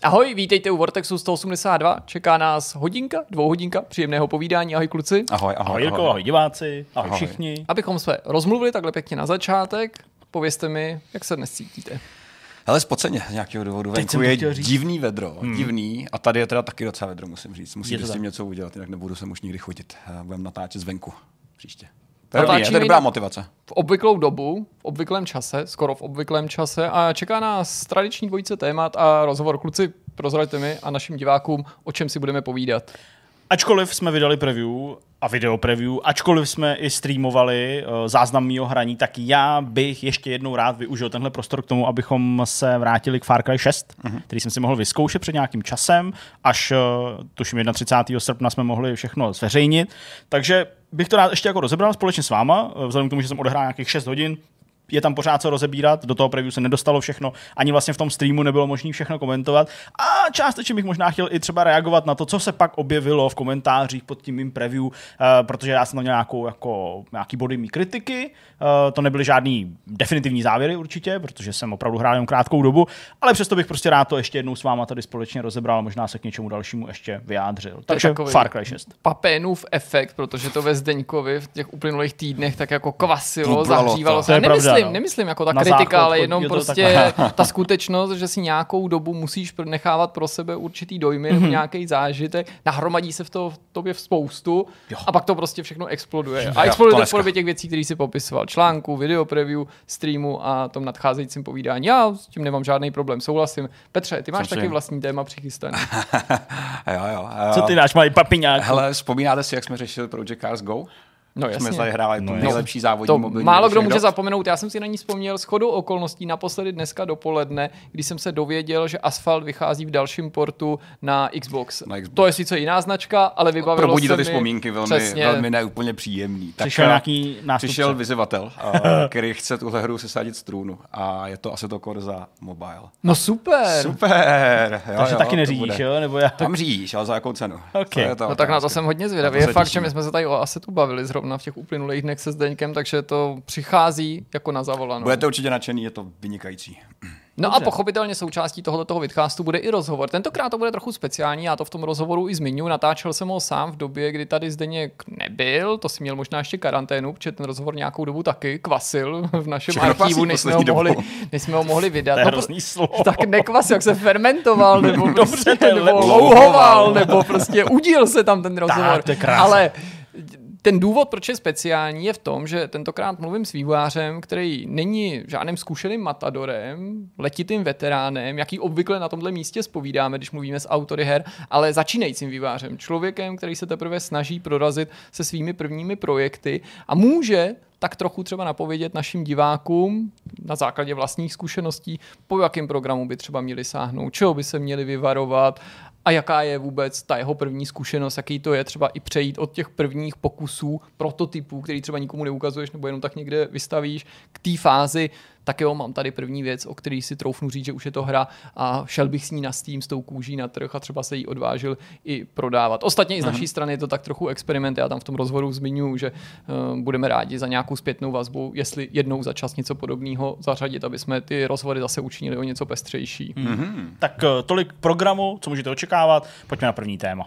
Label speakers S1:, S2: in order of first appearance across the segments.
S1: Ahoj, vítejte u Vortexu 182. Čeká nás hodinka, 2 hodinka příjemného povídání. Ahoj kluci.
S2: Ahoj Jirko, ahoj diváci, ahoj všichni.
S1: Abychom se rozmluvili takhle pěkně na začátek, povězte mi, jak se dnes cítíte.
S2: Hele, spoceně z nějakého důvodu. Venku je divný vedro, divný, a tady je teda taky docela vedro, musím říct. Musíte s tím něco udělat, jinak nebudu sem už nikdy chodit. Budeme natáčet zvenku příště. To je dobrá motivace.
S1: V obvyklou dobu, v obvyklém čase, skoro v obvyklém čase, a čeká nás tradiční dvojice témat a rozhovor. Kluci, prozraďte mi a našim divákům, o čem si budeme povídat.
S3: Ačkoliv jsme vydali preview a video preview, ačkoliv jsme i streamovali záznam mýho hraní, tak já bych ještě jednou rád využil tenhle prostor k tomu, abychom se vrátili k Far Cry 6, který jsem si mohl vyzkoušet před nějakým časem, až tuším 31. srpna jsme mohli všechno zveřejnit. Takže bych to rád ještě jako rozebral společně s váma, vzhledem k tomu, že jsem odehrál nějakých 6 hodin. Je tam pořád co rozebírat, do toho preview se nedostalo všechno, ani vlastně v tom streamu nebylo možné všechno komentovat a částečně bych možná chtěl i třeba reagovat na to, co se pak objevilo v komentářích pod tím mým preview, protože já jsem tam nějaký body mý kritiky, to nebyly žádný definitivní závěry určitě, protože jsem opravdu hrál jen krátkou dobu, ale přesto bych prostě rád to ještě jednou s váma tady společně rozebral, možná se k něčemu dalšímu ještě vyjádřil. Takže Far Cry 6.
S1: Papénův efekt, protože to ve Zdeňkovi v těch uplynulých týdnech tak jako kvasilo, zahřívalo se. Nemyslím jako ta kritika, ale jenom prostě ta skutečnost, že si nějakou dobu musíš nechávat pro sebe určitý dojmy nebo nějaký zážitek, nahromadí se v tobě spoustu a pak to prostě všechno exploduje. A exploduje to v podobě těch věcí, které si popisoval. Článku, video preview, streamu a tom nadcházejícím povídání. Já s tím nemám žádný problém, souhlasím. Petře, ty máš taky vlastní téma přichystaný.
S2: Jo.
S3: Co ty dáš, malý papiňák?
S2: Hele, vzpomínáte si, jak jsme řešili Project Cars Go?
S1: No jasně.
S2: Jsme tady hráli tu nejlepší závodní mobilní.
S1: Málo kdo může zapomenout, já jsem si na ní vzpomněl shodou okolností naposledy dneska dopoledne, když jsem se dověděl, že Asphalt vychází v dalším portu na Xbox. To je sice jiná značka, ale vybavilo se mi.
S2: Probudí to ty vzpomínky velmi neúplně příjemný.
S3: Přišel nějaký nástupce.
S2: Přišel vyzývatel, který chce tuhle hru sesadit z trůnu a je to Assetto Corsa Mobile.
S1: No super.
S3: Takže taky neřídíš, jo? Nebo já...
S2: Tam řídíš, ale za jakou cenu?
S3: Okay.
S1: No tak na to jsem hodně zvědavý. Je fakt, že my jsme se tady o Assetu bavili na v těch uplynulých dnech se Zdeňkem, takže to přichází jako na zavolanou.
S2: Budete určitě nadšený, je to vynikající.
S1: No dobře. A pochopitelně součástí tohoto vidcastu bude i rozhovor. Tentokrát to bude trochu speciální, já to v tom rozhovoru i zmiňuji. Natáčel jsem ho sám v době, kdy tady Zdeněk nebyl, to si měl možná ještě karanténu, protože ten rozhovor nějakou dobu taky kvasil v našem archivu, než jsme ho mohli vydat. Tak nekvasil, jak se fermentoval, nebo
S3: dobře,
S1: nebo louhoval, nebo prostě udíl se tam ten rozhovor. Ale ten důvod, proč je speciální, je v tom, že tentokrát mluvím s vývojářem, který není žádným zkušeným matadorem, letitým veteránem, jaký obvykle na tomhle místě zpovídáme, když mluvíme s autory her, ale začínajícím vývojářem, člověkem, který se teprve snaží prorazit se svými prvními projekty a může tak trochu třeba napovědět našim divákům na základě vlastních zkušeností, po jakém programu by třeba měli sáhnout, čeho by se měli vyvarovat a jaká je vůbec ta jeho první zkušenost, jaký to je třeba i přejít od těch prvních pokusů, prototypů, který třeba nikomu neukazuješ nebo jenom tak někde vystavíš, k té fázi, tak jo, mám tady první věc, o který si troufnu říct, že už je to hra a šel bych s ní na Steam s tou kůží na trh a třeba se jí odvážil i prodávat. Ostatně i z naší strany je to tak trochu experiment, já tam v tom rozhovoru zmiňuji, že budeme rádi za nějakou zpětnou vazbu, jestli jednou za čas něco podobného zařadit, aby jsme ty rozhovory zase učinili o něco pestřejší.
S3: Tak tolik programu, co můžete očekávat, pojďme na první téma.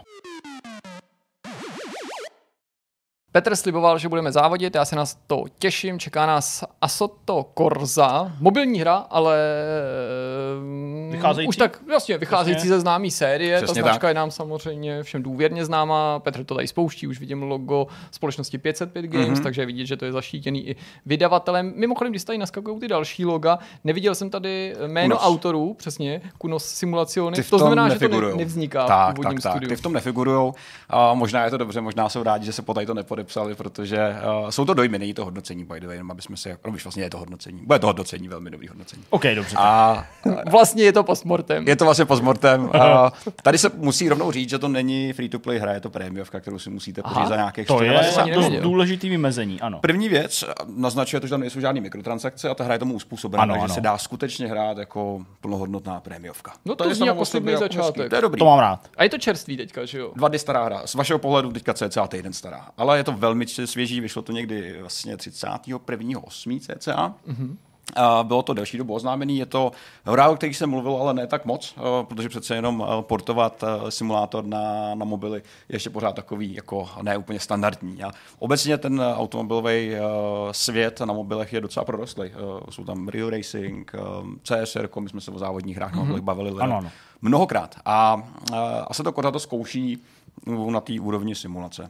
S1: Petr sliboval, že budeme závodit, já se na to těším, čeká nás Assetto Corsa, mobilní hra, ale
S3: vycházející?
S1: Už tak jasně, vycházející ze známý série,
S2: přesně
S1: ta značka
S2: tak.
S1: Je nám samozřejmě všem důvěrně známá, Petr to tady spouští, už vidím logo společnosti 505 Games, takže je vidět, že to je zaštítěný i vydavatelem. Mimochodem, když tady naskakují ty další loga, neviděl jsem tady jméno
S2: Kunos.
S1: Autorů, přesně, Kunos Simulazioni, to znamená, že to nevzniká v původním studiu.
S2: Ty v tom nefigurujou, možná je to dobře, možná jsou rádi, že se potají to nepodepsali, protože jsou to dojmy, není to hodnocení, by the way, jenom aby jsme se, vlastně je to hodnocení, bude to hodnocení, velmi dobrý hodnocení.
S3: OK, dobře.
S1: Vlastně je to postmortem.
S2: Je to vlastně postmortem. Tady se musí rovnou říct, že to není free-to-play hra, je to prémiovka, kterou si musíte pořídit za nějakých
S3: 4,90. To je důležitý vymezení, ano.
S2: První věc naznačuje to, že tam nejsou žádné mikrotransakce a ta hra je tomu uspůsobená, takže se dá skutečně hrát jako plnohodnotná prémiovka.
S1: No to zní jako slibný začátek.
S2: To je dobrý.
S3: To mám rád.
S1: A je to čerstvý teďka, že jo?
S2: 2 dny stará hra. Z vašeho pohledu teďka cca týden stará. Ale je to velmi svěží, vyšlo to někdy vlastně 31.8. cca. Bylo to delší dobu oznámený, je to hra, o který se mluvilo, ale ne tak moc, protože přece jenom portovat simulátor na mobily je ještě pořád takový jako ne úplně standardní. A obecně ten automobilový svět na mobilech je docela prorostlý. Jsou tam Real Racing, CSR, my jsme se o závodních hrách na mobilech bavili mnohokrát. A Assetto Corsa to zkouší na té úrovni simulace.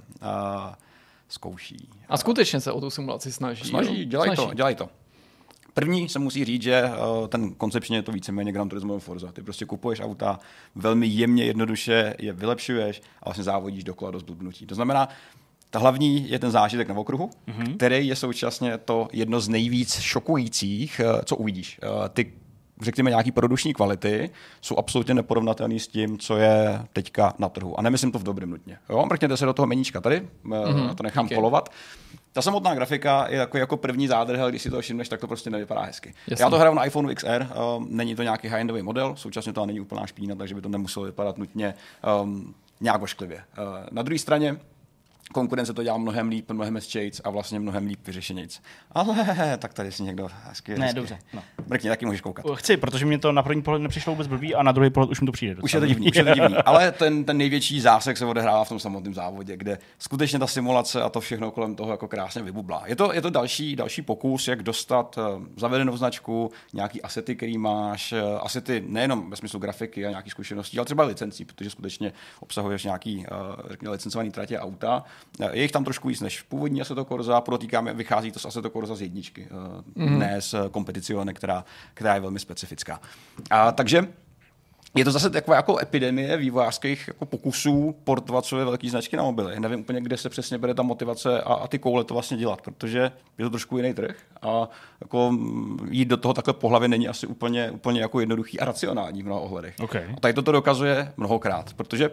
S2: Zkouší.
S1: A skutečně se o tu simulaci snaží.
S2: Dělají to. První se musí říct, že ten koncepčně je to víceméně Gran Turismo Forza. Ty prostě kupuješ auta, velmi jemně, jednoduše je vylepšuješ a vlastně závodíš dokola do zblbnutí. To znamená, ta hlavní je ten zážitek na okruhu, který je současně to jedno z nejvíc šokujících, co uvidíš. Ty řekněme, nějaký produkční kvality jsou absolutně neporovnatelný s tím, co je teďka na trhu. A nemyslím to v dobrém nutně. Jo? Mrkněte se do toho meníčka tady, to nechám polovat. Ta samotná grafika je jako první zádrhel, když si to všimneš, tak to prostě nevypadá hezky. Jasně. Já to hraju na iPhone XR, není to nějaký high-endový model, současně to není úplná špína, takže by to nemuselo vypadat nutně nějak ošklivě. Na druhé straně konkurence to dělá mnohem líp, mnohem hezčejc a vlastně mnohem líp vyřešenějc. Ale tak tady si někdo hezky.
S3: Ne, dobře. No.
S2: Mrkni, taky můžeš koukat.
S3: Chci, protože mi to na první pohled nepřišlo vůbec blbý a na druhý pohled už mi to přijde.
S2: Už je to divný. Ale ten největší zásek se odehrává v tom samotném závodě, kde skutečně ta simulace a to všechno kolem toho jako krásně vybublá. Je to další pokus, jak dostat zavedenou značku, nějaký asety, který máš, asety nejenom ve smyslu grafiky a nějakých zkušeností, ale třeba licencí, protože skutečně obsahuješ nějaký licencovaný tratě auta. Je jich tam trošku víc než původní Assetto Corsa, podotýkáme, vychází to z Assetto Corsa z jedničky, ne z Competizione, která je velmi specifická. Takže je to zase taková jako epidemie vývojářských jako pokusů portovat své velké značky na mobily. Nevím úplně, kde se přesně bere ta motivace a ty koule to vlastně dělat, protože je to trošku jiný trh a jako jít do toho takhle po hlavě není asi úplně jako jednoduchý a racionální v mnoha ohledech.
S3: Okay.
S2: A tady to dokazuje mnohokrát, protože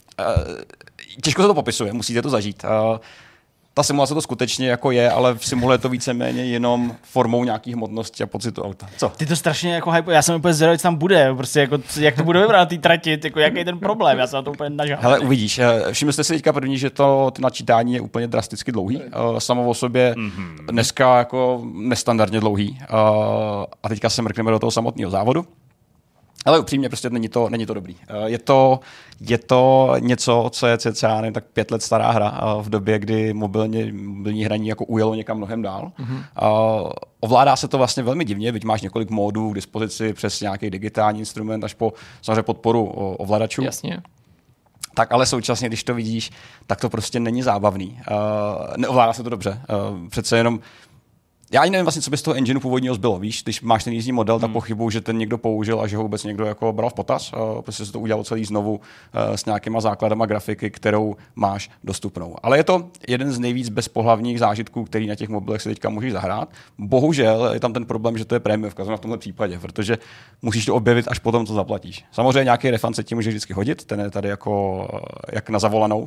S2: těžko se to popisuje, musíte to zažít. Ta simulace to skutečně jako je, ale simuluje to víceméně jenom formou nějaký hmotnosti a pocitu auta. Co?
S3: Ty to strašně jako hype, já jsem úplně zvědavý, co tam bude, prostě jako, jak to bude vypadat na té trati, jako jaký je ten problém, já jsem na to úplně nažal.
S2: Hele, uvidíš, všimli jste si teďka první, že to načítání je úplně drasticky dlouhý, samo o sobě dneska jako nestandardně dlouhý a teďka se mrkneme do toho samotného závodu. Ale upřímně prostě není to dobrý. Je to něco, co je cca tak 5 let stará hra v době, kdy mobilní hraní jako ujelo někam mnohem dál. Ovládá se to vlastně velmi divně, byť máš několik módů k dispozici přes nějaký digitální instrument až po samozřejmě podporu ovladačů.
S1: Jasně.
S2: Tak ale současně, když to vidíš, tak to prostě není zábavný. Neovládá se to dobře. Přece jenom já ani nevím vlastně, co by z toho engineu původního zbylo. Víš, když máš ten jízdní model, tak pochybuju, že ten někdo použil a že ho vůbec někdo jako bral v potaz. Prostě se to udělalo celý znovu s nějakýma základama grafiky, kterou máš dostupnou. Ale je to jeden z nejvíc bezpohlavních zážitků, který na těch mobilech si teďka můžeš zahrát. Bohužel je tam ten problém, že to je prémiovka v tomhle případě, protože musíš to objevit až potom, co zaplatíš. Samozřejmě nějaký refund se tím může vždycky hodit, ten je tady jako jak na zavolanou.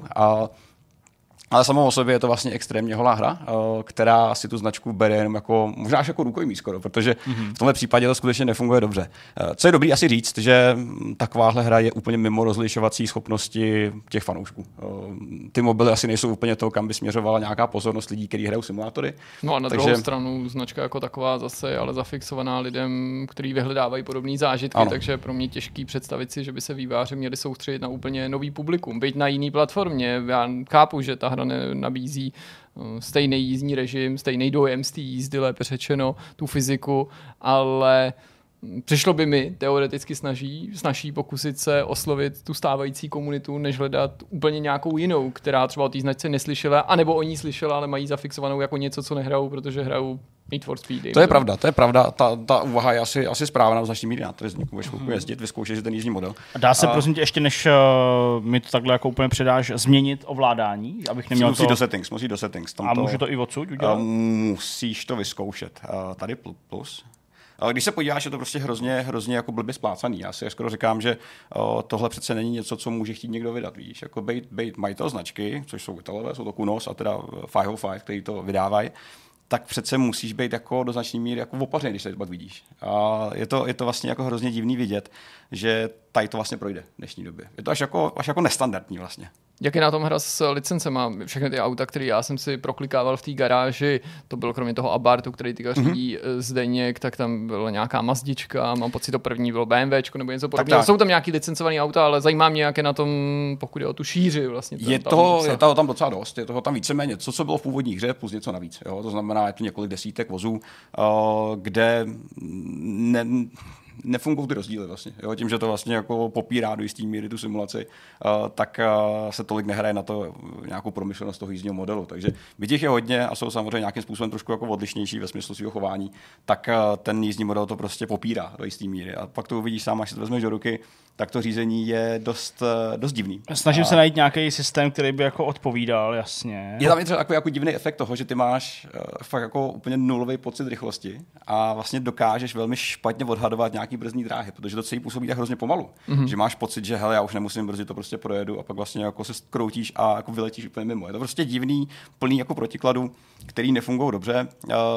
S2: Ale samo o sobě je to vlastně extrémně holá hra, která si tu značku bere jenom jako, možná až jako rukojmí skoro, protože v tomhle případě to skutečně nefunguje dobře. Co je dobrý asi říct, že takováhle hra je úplně mimo rozlišovací schopnosti těch fanoušků. Ty mobily asi nejsou úplně to, kam by směřovala nějaká pozornost lidí, kteří hrajou simulátory.
S1: No a na druhou stranu značka jako taková zase ale zafixovaná lidem, kteří vyhledávají podobné zážitky, ano. Takže pro mě těžký představit si, že by se vývojáři měli soustředit na úplně nový publikum, být na jiný platformě. Já chápu, že ta hra nabízí stejný jízdní režim, stejný dojem z té jízdy, lépe řečeno, tu fyziku, ale přišlo by mi teoreticky snaží pokusit se oslovit tu stávající komunitu, než hledat úplně nějakou jinou, která třeba o té značce neslyšela, anebo o ní slyšela, ale mají zafixovanou jako něco, co nehrajou, protože hrajou Need for Speed.
S2: To je pravda. Ta úvaha je asi správná v značný míry. Na trestníku budeš chvilku jezdit, vyzkoušet si ten jízdní model.
S3: A dá se prosím tě ještě, než mi to takhle jako úplně předáš, změnit ovládání, abych neměl
S2: musí do settings.
S3: A můžu to i odsud udělat?
S2: Musíš to vyzkoušet. Tady plus. Ale když se podíváš, je to prostě hrozně jako blbě splácaný. Já si skoro říkám, že tohle přece není něco, co může chtít někdo vydat, víš. Jako bejt majitel značky, což jsou Italové, jsou to Kunos a teda 505, který to vydávají, tak přece musíš být jako do značné míry jako opařený, když se pak vidíš. A je to vlastně jako hrozně divný vidět, že tady to vlastně projde v dnešní době. Je to až jako nestandardní vlastně.
S1: Jak je na tom hra s licencema? Všechny ty auta, které já jsem si proklikával v té garáži, to bylo kromě toho Abartu, který teďka řídí Zdeněk, tak tam byla nějaká Mazdička, mám pocit, to první bylo BMWčko nebo něco podobného. Jsou tam nějaký licencované auta, ale zajímá mě, jak je na tom, pokud je o tu šíři vlastně.
S2: Je toho tam docela dost, je toho tam víceméně co bylo v původní hře, plus něco navíc. Jo? To znamená, je to několik desítek vozů, kde nefungují ty rozdíly vlastně. Jo? Tím, že to vlastně jako popírá do jistý míry tu simulaci, tak se tolik nehraje na to nějakou promyšlenost toho jízdního modelu. Takže byť jich je hodně a jsou samozřejmě nějakým způsobem trošku jako odlišnější ve smyslu svého chování, tak ten jízdní model to prostě popírá do jistý míry. A pak to uvidíš sám, až si to vezmeš do ruky, tak to řízení je dost divný.
S3: Snažím se najít nějaký systém, který by jako odpovídal, jasně.
S2: Je tam i třeba takový jako divný efekt toho, že ty máš fakt jako úplně nulový pocit rychlosti a vlastně dokážeš velmi špatně odhadovat nějaký brzdní dráhy, protože to celý působí tak hrozně pomalu. Že máš pocit, že hele, já už nemusím brzdit, to prostě projedu a pak vlastně jako se kroutíš a jako vyletíš úplně mimo. Je to prostě divný, plný jako protikladů, který nefungují dobře.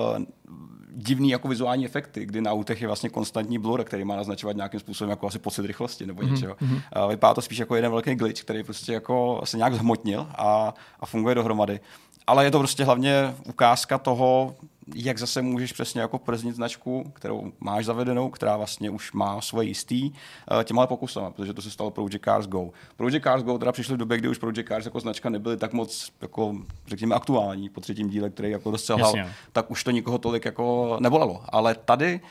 S2: Divný jako vizuální efekty, kdy na autech je vlastně konstantní blur, který má naznačovat nějakým způsobem jako asi pocit rychlosti nebo něčeho. Vypadá to spíš jako jeden velký glitch, který prostě jako se nějak zhmotnil a funguje dohromady. Ale je to prostě hlavně ukázka toho, jak zase můžeš přesně jako prznit značku, kterou máš zavedenou, která vlastně už má svoje jistý těmhle pokusama, protože to se stalo Project Cars Go. Project Cars Go teda přišly v době, kdy už Project Cars jako značka nebyly tak moc jako řekněme aktuální po třetím díle, který jako dost selhal, tak už to nikoho tolik jako nebolelo. Ale tady,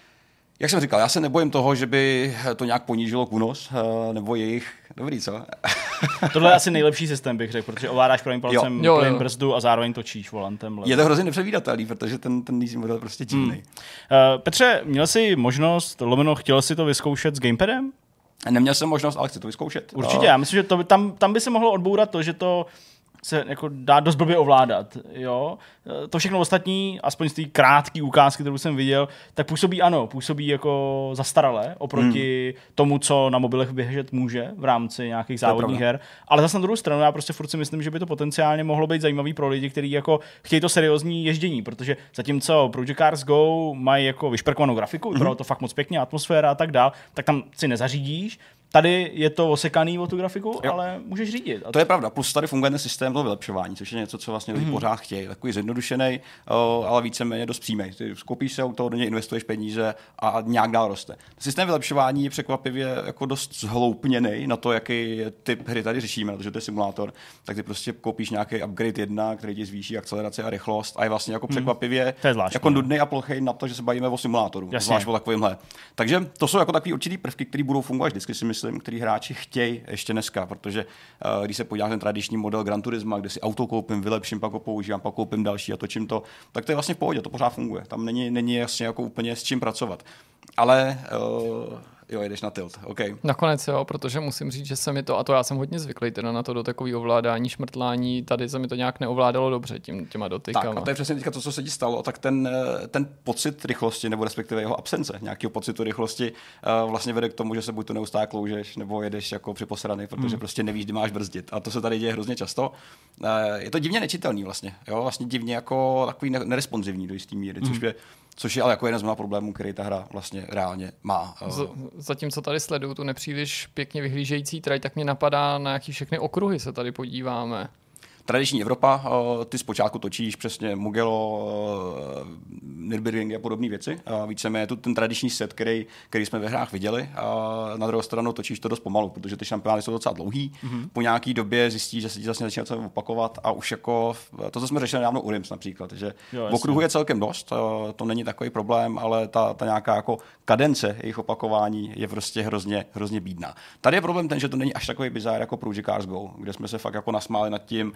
S2: jak jsem říkal, já se nebojím toho, že by to nějak ponížilo Kunos, nebo jejich... Dobrý, co?
S3: Tohle je asi nejlepší systém, bych řekl, protože ovládáš pravým palcem plyn brzdu a zároveň točíš volantem.
S2: Je to hrozně nepředvídatelný, protože ten jízdní model je prostě divný.
S3: Petře, měl jsi možnost, chtěl jsi to vyzkoušet s gamepadem?
S2: Neměl jsem možnost, ale chci to vyzkoušet.
S3: Určitě, já myslím, že tam by se mohlo odbourat to, že to se jako dá dost blbě ovládat. Jo? To všechno ostatní, aspoň z té krátké ukázky, kterou jsem viděl, tak působí jako zastaralé oproti tomu, co na mobilech běžet může v rámci nějakých závodních her. Ale zase na druhou stranu, já prostě furt si myslím, že by to potenciálně mohlo být zajímavý pro lidi, kteří jako chtějí to seriózní ježdění, protože zatímco Project Cars Go mají jako vyšperkovanou grafiku, vypadalo to fakt moc pěkně, atmosféra a tak dál, tak tam si nezařídíš. Tady je to osekaný o tu grafiku, ale můžeš řídit.
S2: To je pravda, plus tady funguje ten systém toho vylepšování, což je něco, co vlastně lidi pořád chtějí. Takový zjednodušený, ale víceméně dost přímý. Ty koupíš se auto, do něj investuješ peníze a nějak dál roste. Systém vylepšování je překvapivě jako dost zhloupněný na to, jaký typ hry tady řešíme, protože to je simulátor. Tak ty prostě koupíš nějaký upgrade 1, který ti zvýší akceleraci a rychlost a je vlastně jako překvapivě jako nudný a plochý na to, že se bavíme o simulátoru. Zvlášť o takovémhle. Takže to jsou jako takový určitý prvky, které budou fungovat vždycky, si myslím, který hráči chtějí ještě dneska, protože když se podíváš na tradiční model Gran Turisma, kde si auto koupím, vylepším, pak ho používám, pak koupím další a točím to, tak to je vlastně v pohodě, to pořád funguje. Tam není jasně jako úplně s čím pracovat. Ale jedeš na tilt, OK.
S1: Nakonec protože musím říct, že se mi to, a to já jsem hodně zvyklý teda na to do takového ovládání, šmrtlání, tady se mi to nějak neovládalo dobře těma dotykama.
S2: Tak a to je přesně teďka to, co se ti stalo, tak ten pocit rychlosti, nebo respektive jeho absence nějakého pocitu rychlosti vlastně vede k tomu, že se buď to neustále kloužeš, nebo jedeš jako připosraný, protože prostě nevíš, kdy máš brzdit. A to se tady děje hrozně často. Je to divně nečitelný vlastně, vlastně divně jako takový neresponsivní do jistý míry, což je ale jako jeden z mnoha problémů, který ta hra vlastně reálně má.
S1: Zatímco tady sleduju tu nepříliš pěkně vyhlížející trať, tak mě napadá, na jaký všechny okruhy se tady podíváme.
S2: Tradiční Evropa, ty zpočátku točíš přesně Mugello, Nürburgring a podobné věci. Víceméně je tu ten tradiční set, který jsme ve hrách viděli. Na druhou stranu točíš to dost pomalu, protože ty šampionáty jsou docela dlouhý. Po nějaký době zjistíš, že se ti zase začíná něco opakovat a už jako to, co jsme řešili nedávno u Rims například, že v okruhu je celkem dost, to není takový problém, ale ta nějaká jako kadence jejich opakování je prostě hrozně bídná. Tady je problém ten, že to není až takový bizár jako Project Cars Go, kde jsme se fakt jako nasmáli nad tím,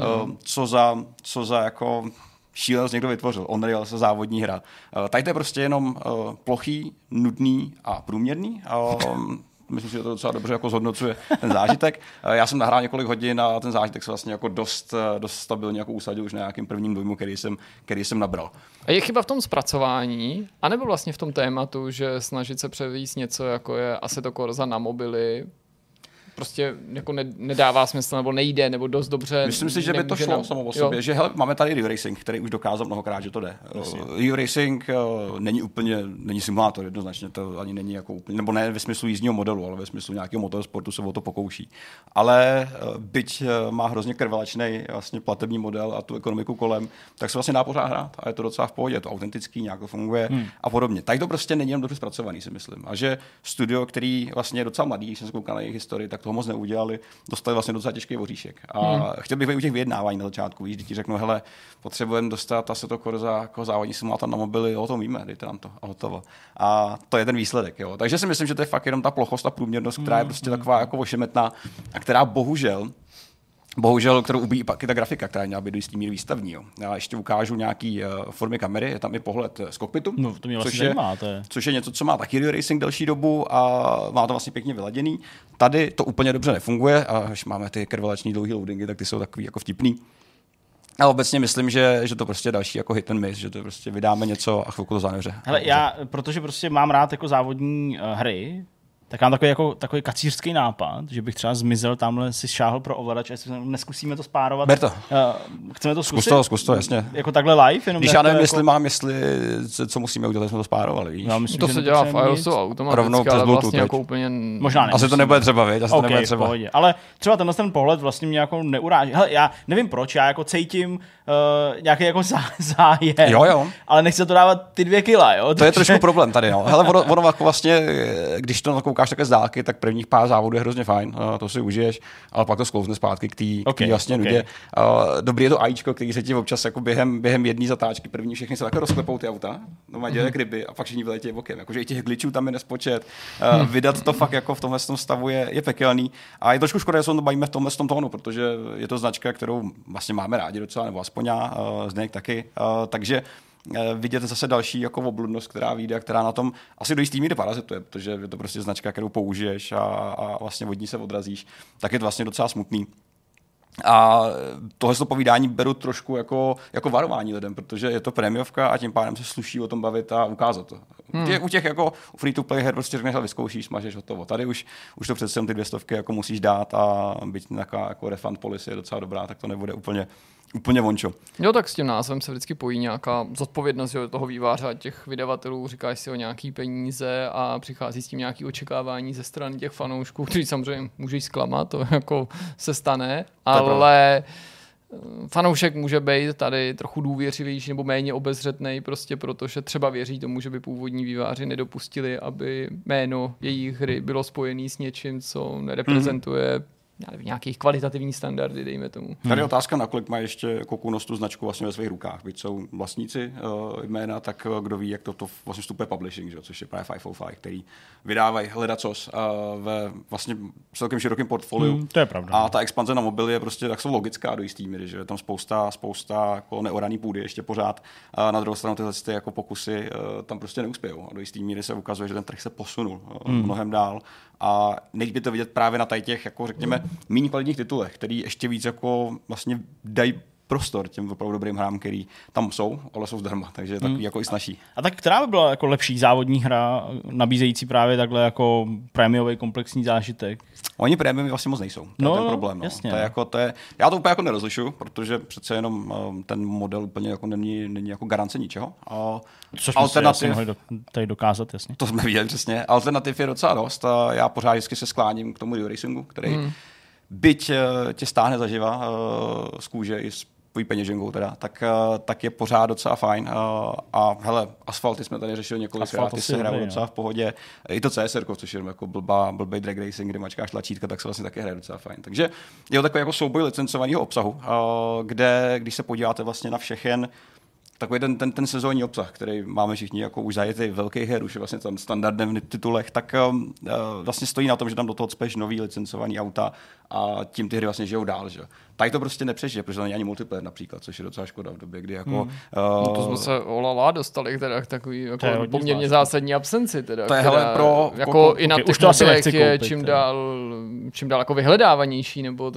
S2: co za jako šílenost někdo vytvořil. Unreal se závodní hra. Tady to je prostě jenom plochý, nudný a průměrný. Myslím si, že to docela dobře jako zhodnocuje ten zážitek. Já jsem nahrál několik hodin a ten zážitek se vlastně jako dost stabilně jako usadil už na nějakým prvním dojmu, který jsem nabral.
S1: A je chyba v tom zpracování, anebo vlastně v tom tématu, že snažit se převést něco, jako je Assetto Corsa na mobily? prostě jako nedává smysl, nebo nejde, nebo dost dobře.
S2: Myslím si, že by to šlo samo o sobě, že hele, máme tady Rio Racing, který už dokázal mnohokrát, že to jde. Rio Racing není simulátor jednoznačně, to ani není jako úplně, nebo ne ve smyslu jízdního modelu, ale ve smyslu nějakého motorsportu se o to pokouší. Ale byť má hrozně krvelačný vlastně platební model a tu ekonomiku kolem, tak se vlastně dá pořád hrát a je to docela v pohodě, je to autentický, nějak to funguje a podobně. Tady to prostě není jen dobře zpracovaný, si myslím. A že studio, který vlastně je docela mladý, když jsem se koukal na jejich historii, tak toho moc neudělali, dostali vlastně docela těžký oříšek. A chtěl bych být u těch vyjednávání na začátku, víš, ti řeknu, hele, potřebujeme dostat Assetto Corsa jako závodní simulátor na mobily, o tom víme, dejte nám to a hotovo. A to je ten výsledek, jo. Takže si myslím, že to je fakt jenom ta plochost a průměrnost, která je prostě taková jako ošemetná a která bohužel, kterou ubíjí pak i ta grafika, která měla být do jistý míry výstavní. Jo. Já ještě ukážu nějaký formy kamery, je tam i pohled z kokpitu,
S3: no, to mě vlastně zajímá,
S2: což je něco, co má taky Rio Racing delší dobu a má to vlastně pěkně vyladěný. Tady to úplně dobře nefunguje a až máme ty krvelační dlouhý loadingy, tak ty jsou takový jako vtipný. Ale obecně myslím, že to prostě je další jako hit and miss, že to prostě vydáme něco a chvilku to zanevře.
S3: Hele, protože prostě mám rád jako závodní hry, tak mám takový kacířský nápad, že bych třeba zmizel tamhle, si šáhl pro ovladač, jestli neskusíme to spárovat.
S2: Ber to.
S3: Chceme to zkusit?
S2: Zkus to, jasně.
S3: Jako takhle live? Jenom
S2: když já nevím, co musíme udělat, jsme to spárovali, víš?
S1: Já myslím, to se dělá v iOSu automaticky,
S2: rovnou přes
S1: ale
S2: Bluetooth,
S1: vlastně jako úplně...
S3: Možná
S2: asi to nebude třeba, viď?
S3: Ale třeba ten pohled vlastně mě jako neuráží. Hele, já nevím proč, já jako cítím nějaký jako zájem,
S2: jo.
S3: Ale nechci to dávat ty 2 kila, jo?
S2: To je trošku problém tady, no. Hele, ono jako vlastně, když to koukáš také z dálky, tak prvních pár závodů je hrozně fajn, to si užiješ, ale pak to sklouzne zpátky k té vlastně nudě. Dobrý je to AIčko, který se ti občas jako během jedné zatáčky první všechny se takhle rozklepou ty auta, no dělá ryby a pak všichni vyletějí bokem. Jakože i těch glitchů tam je nespočet. Vydat to fakt jako v tomhle stavu je pekelný a je trošku škoda, že se to bavíme v tomhle tónu, protože je to značka, kterou vlastně máme rádi docela, nebo aspoň já, Zdeněk taky, takže vidět zase další jako obludnost, která vyjde, která na tom asi do jistý míry parazituje, protože je to prostě značka, kterou použiješ a vlastně od ní se odrazíš, tak je to vlastně docela smutný. A tohle povídání beru trošku jako varování lidem, protože je to prémiovka a tím pádem se sluší o tom bavit a ukázat to. U těch jako free-to-play her prostě řekneš, vyzkoušíš, smažeš, hotovo. Tady už to přece ty 200 jako musíš dát a byť nějaká jako refund policy je docela dobrá, tak to nebude úplně vončo.
S1: Jo, tak s tím názvem se vždycky pojí nějaká zodpovědnost toho výváře a těch vydavatelů, říkáš si o nějaký peníze a přichází s tím nějaké očekávání ze strany těch fanoušků, kteří samozřejmě můžou zklamat, to jako se stane, ale fanoušek může být tady trochu důvěřivější nebo méně obezřetnej, prostě protože třeba věří tomu, že by původní výváři nedopustili, aby jméno jejich hry bylo spojené s něčím, co nereprezentuje nějakých kvalitativní standardy, dejme tomu.
S2: Tady je otázka, nakolik má ještě Kokunos tu značku vlastně ve svých rukách. Byť jsou vlastníci jména, tak kdo ví, jak to vlastně vstupuje publishing, že? Což je právě 505, který vydávají hledacos ve vlastně celkem širokém portfoliu.
S3: To je pravda.
S2: A ta expanze na mobil je prostě tak logická do jistý míry, že je tam spousta jako neoraný půdy ještě pořád. A na druhou stranu tyhle jako pokusy tam prostě neuspějou. A do jistý míry se ukazuje, že ten trh se posunul mnohem dál. A nejde to vidět právě na těch, jako řekněme, méně kvalitních titulech, který ještě víc jako vlastně dají prostor těm opravdu dobrým hrám, který tam jsou, ale jsou zdarma, takže je takový jako i snažší.
S3: A tak která by byla jako lepší závodní hra, nabízející právě takhle jako prémiový komplexní zážitek?
S2: Oni prémiový vlastně moc nejsou. To je ten problém.
S3: Jasně.
S2: Já to úplně jako nerozlišuju, protože přece jenom ten model úplně jako není jako garance ničeho.
S3: Což jsme si mohli tady dokázat, jasně.
S2: To jsme viděli přesně. Alternativ je docela dost a já pořád vždycky se skláním k tomu Rio Racingu, který byť tě stáhne zaživa z kůže i s tvojí peněženkou teda, tak je pořád docela fajn. A hele, Asfalty jsme tady řešili několikrát, ty se hrajou docela v pohodě. I to CSR, což je jako blbý drag racing, kde mačkáš tlačítka, tak se vlastně taky hraje docela fajn. Takže je to takový jako souboj licencovaného obsahu, kde, když se podíváte vlastně na všechen takový ten sezónní obsah, který máme všichni jako už zajetý velký her, už je vlastně tam standardem v titulech, tak vlastně stojí na tom, že tam do toho cpeš nový licencovaný auta a tím ty hry vlastně žijou dál, že? Tady to prostě nepřežije, protože to není ani multiplayer například, což je docela škoda v době, kdy jako...
S1: No to jsme se olala dostali teda k takový jako poměrně zásadní absenci teda.
S2: To je hele pro...
S1: Jako i na těch mobilech je čím dál jako vyhledávanější, nebo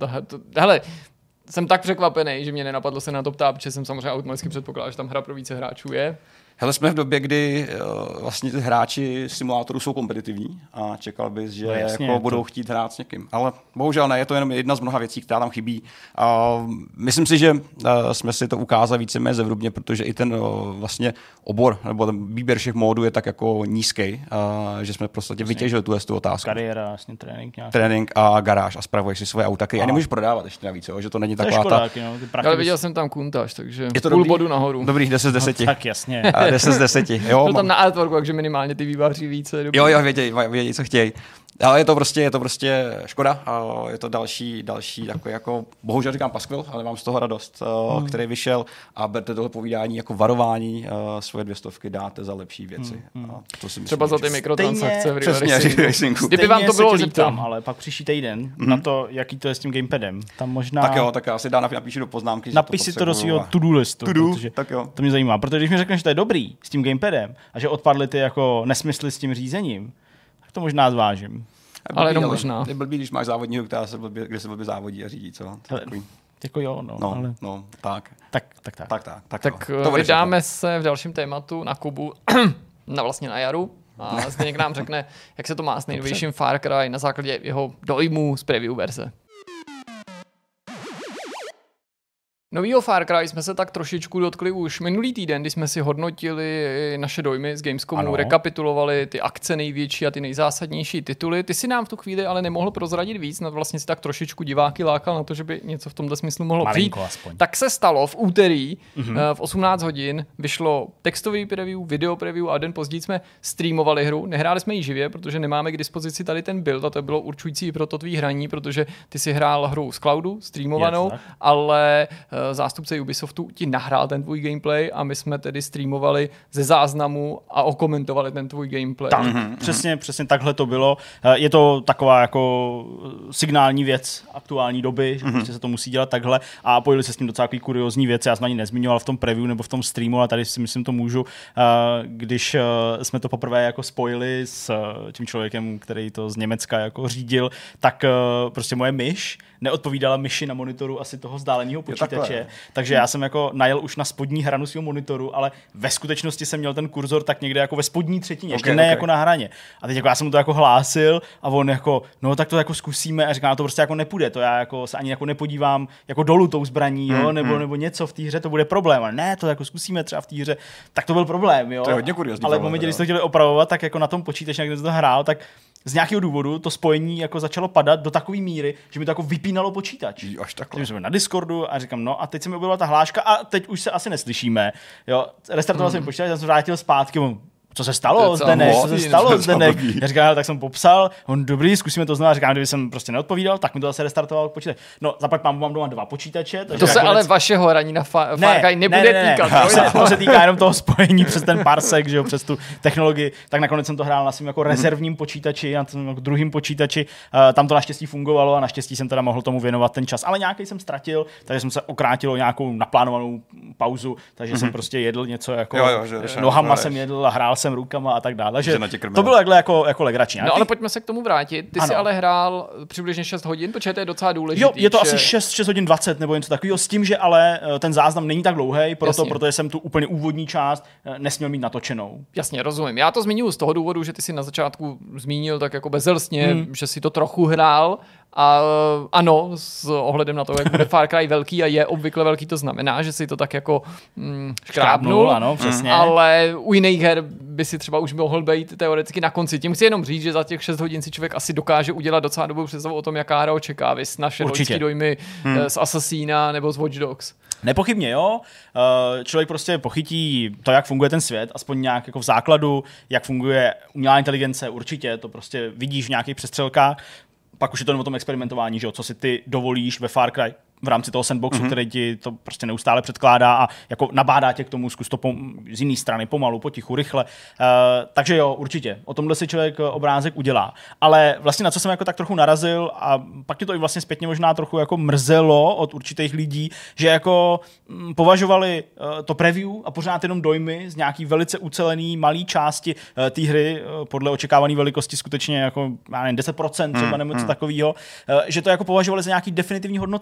S1: hele, jsem tak překvapený, že mě nenapadlo se na to ptát, protože jsem samozřejmě automaticky předpokládal, že tam hra pro více hráčů je.
S2: Hele, jsme v době, kdy vlastně ty hráči simulátorů jsou kompetitivní a čekal bys, že jako budou chtít hrát s někým. Ale bohužel ne, je to jenom jedna z mnoha věcí, která tam chybí. Myslím si, že jsme si to ukázali víceméně zevrubně, protože i ten vlastně obor nebo ten výběr všech módů je tak jako nízký, že jsme prostě vytěžili tu otázku.
S3: Kariéra, vlastně trénink nějaký.
S2: Trénink a garáž a spravuješ si svoje auta, které nemůžeš prodávat ještě navíc, že to není taková
S3: ta...
S1: Ale viděl jsem tam kuntáž, takže půl bodu nahoru.
S2: Dobrý, 10 z 10.
S3: No, tak jasně.
S2: 10 z 10. Jo,
S1: to tam na artworku, takže minimálně ty výváři více.
S2: Jo, vědějí, co chtějí. Ale je to prostě škoda. Je to další takový jako, bohužel říkám paskvil, ale mám z toho radost, který vyšel a berte tohle povídání jako varování, svoje 200 dáte za lepší věci. To si myslím,
S1: třeba za ty mikrotransakce v
S2: Racingu.
S1: Kdyby vám to bylo líto.
S3: Ale pak příští týden na to, jaký to je s tím gamepadem. Tam možná...
S2: Tak jo, tak já si napíšu do poznámky.
S3: Napiš si to do svého to-do listu, protože
S2: tak jo.
S3: To mě zajímá. Protože když mi řekneš, že to je dobrý s tím gamepadem a že odpadly ty jako nesmysly s tím řízením, tak to možná zvážím.
S1: Ale jenom možná.
S2: Je blbý, když máš závodního, kde se blbě závodí a řídí, co?
S3: Jako jo, ale...
S2: Tak
S1: vydáme se v dalším tématu na Kubu, vlastně na jaru. A Zdeněk nám řekne, jak se to má s nejnovějším Far Cry na základě jeho dojmů z preview verze. Novýho Far Cry jsme se tak trošičku dotkli už minulý týden, kdy jsme si hodnotili naše dojmy z Gamescomu, rekapitulovali ty akce největší a ty nejzásadnější tituly. Ty si nám v tu chvíli ale nemohl prozradit víc, no vlastně si tak trošičku diváky lákal na to, že by něco v tomto smyslu mohlo přijít. Tak se stalo v úterý v 18 hodin, vyšlo textový preview, video preview a den později jsme streamovali hru. Nehráli jsme ji živě, protože nemáme k dispozici tady ten build a to bylo určující pro to tvý hraní, protože ty si hrál hru z cloudu, streamovanou, ale zástupce Ubisoftu ti nahrál ten tvůj gameplay a my jsme tedy streamovali ze záznamu a okomentovali ten tvůj gameplay.
S3: Tak, přesně takhle to bylo. Je to taková jako signální věc aktuální doby, že prostě se to musí dělat takhle a pojili se s tím docela takový kuriózní věci. Já jsem ani nezmiňoval v tom preview nebo v tom streamu, ale tady si myslím to můžu, když jsme to poprvé jako spojili s tím člověkem, který to z Německa jako řídil, tak prostě moje myš neodpovídala myši na monitoru asi toho vzdáleného počítače. Takže já jsem jako najel už na spodní hranu svého monitoru, ale ve skutečnosti jsem měl ten kurzor tak někde jako ve spodní třetině, ještě ne jako na hraně. A teď jako já jsem mu to jako hlásil a on jako, no tak to jako zkusíme a říká, to prostě jako nepůjde, to já jako se ani jako nepodívám jako dolů tou zbraní, jo, nebo něco v té hře, to bude problém. Ale ne, to jako zkusíme třeba v té hře, tak to byl problém, jo.
S2: To je hodně kuriózní.
S3: Ale v momentě, když to chtěli opravovat, tak jako na tom počítači, když jsem to hrál, tak z nějakého důvodu to spojení jako začalo padat do takové míry, že mi to jako vypínalo počítač.
S2: Až takhle.
S3: Jsme na Discordu a říkám, no a teď se mi objevila ta hláška a teď už se asi neslyšíme. Jo, restartoval jsem počítač, já jsem vrátil zpátky. Co se stalo, Zdenek? Já říkám, tak jsem popsal, on dobrý, zkusíme to znovu. Říkám, kdyby jsem prostě neodpovídal, tak mi to zase restartoval počítač. No, zaplať mám doma 2 počítače.
S1: To se ale vašeho hraní na Far Cry nebude týkat.
S3: To se týká jenom toho spojení přes ten parsek, že jo, přes tu technologii. Tak nakonec jsem to hrál na svým jako rezervním počítači, na tom jako druhým počítači. Tam to naštěstí fungovalo a naštěstí jsem teda mohl tomu věnovat ten čas. Ale nějaký jsem ztratil, takže jsem se okrátil nějakou naplánovanou pauzu, takže jsem prostě jedl něco jako nohama jsem jedl a hrál jsem rukama a tak dále, že to bylo takhle jako legrační.
S1: No ale pojďme se k tomu vrátit. Ty jsi ale hrál přibližně 6 hodin, protože to je docela důležitý.
S3: Jo, je to asi 6 hodin 20 nebo něco takového, s tím, že ale ten záznam není tak dlouhý, protože jsem tu úplně úvodní část nesměl mít natočenou.
S1: Jasně, rozumím. Já to zmiňuji z toho důvodu, že ty si na začátku zmínil tak jako bezelstně, že si to trochu hrál. A ano, s ohledem na to, jak bude Far Cry velký a je obvykle velký, to znamená, že si to tak jako škrábnul,
S3: ano, přesně.
S1: Ale u jiných her by si třeba už mohl být teoreticky na konci. Tím chci jenom říct, že za těch 6 hodin si člověk asi dokáže udělat docela dobrou představu o tom, jaká hra očeká. Vys naše loňský dojmy z Assassina nebo z Watch Dogs.
S3: Nepochybně, jo. Člověk prostě pochytí to, jak funguje ten svět, aspoň nějak jako v základu, jak funguje umělá inteligence, určitě, to prostě vidíš v nějakých přestřelkách. Pak už je to o tom experimentování, že jo, co si ty dovolíš ve Far Cry v rámci toho sandboxu, který ti to prostě neustále předkládá a jako nabádá tě k tomu, zkus to z jiné strany, pomalu, potichu, rychle. Takže jo, určitě. O tomhle si člověk obrázek udělá. Ale vlastně na co jsem jako tak trochu narazil a pak mě to i vlastně zpětně možná trochu jako mrzelo od určitých lidí, že jako považovali to preview a pořád jenom dojmy z nějaký velice ucelený malý části té hry podle očekávané velikosti skutečně jako, já nevím, 10% třeba nebo něco takového, že to jako považovali za nějaký definitivní hodnocení. A tak to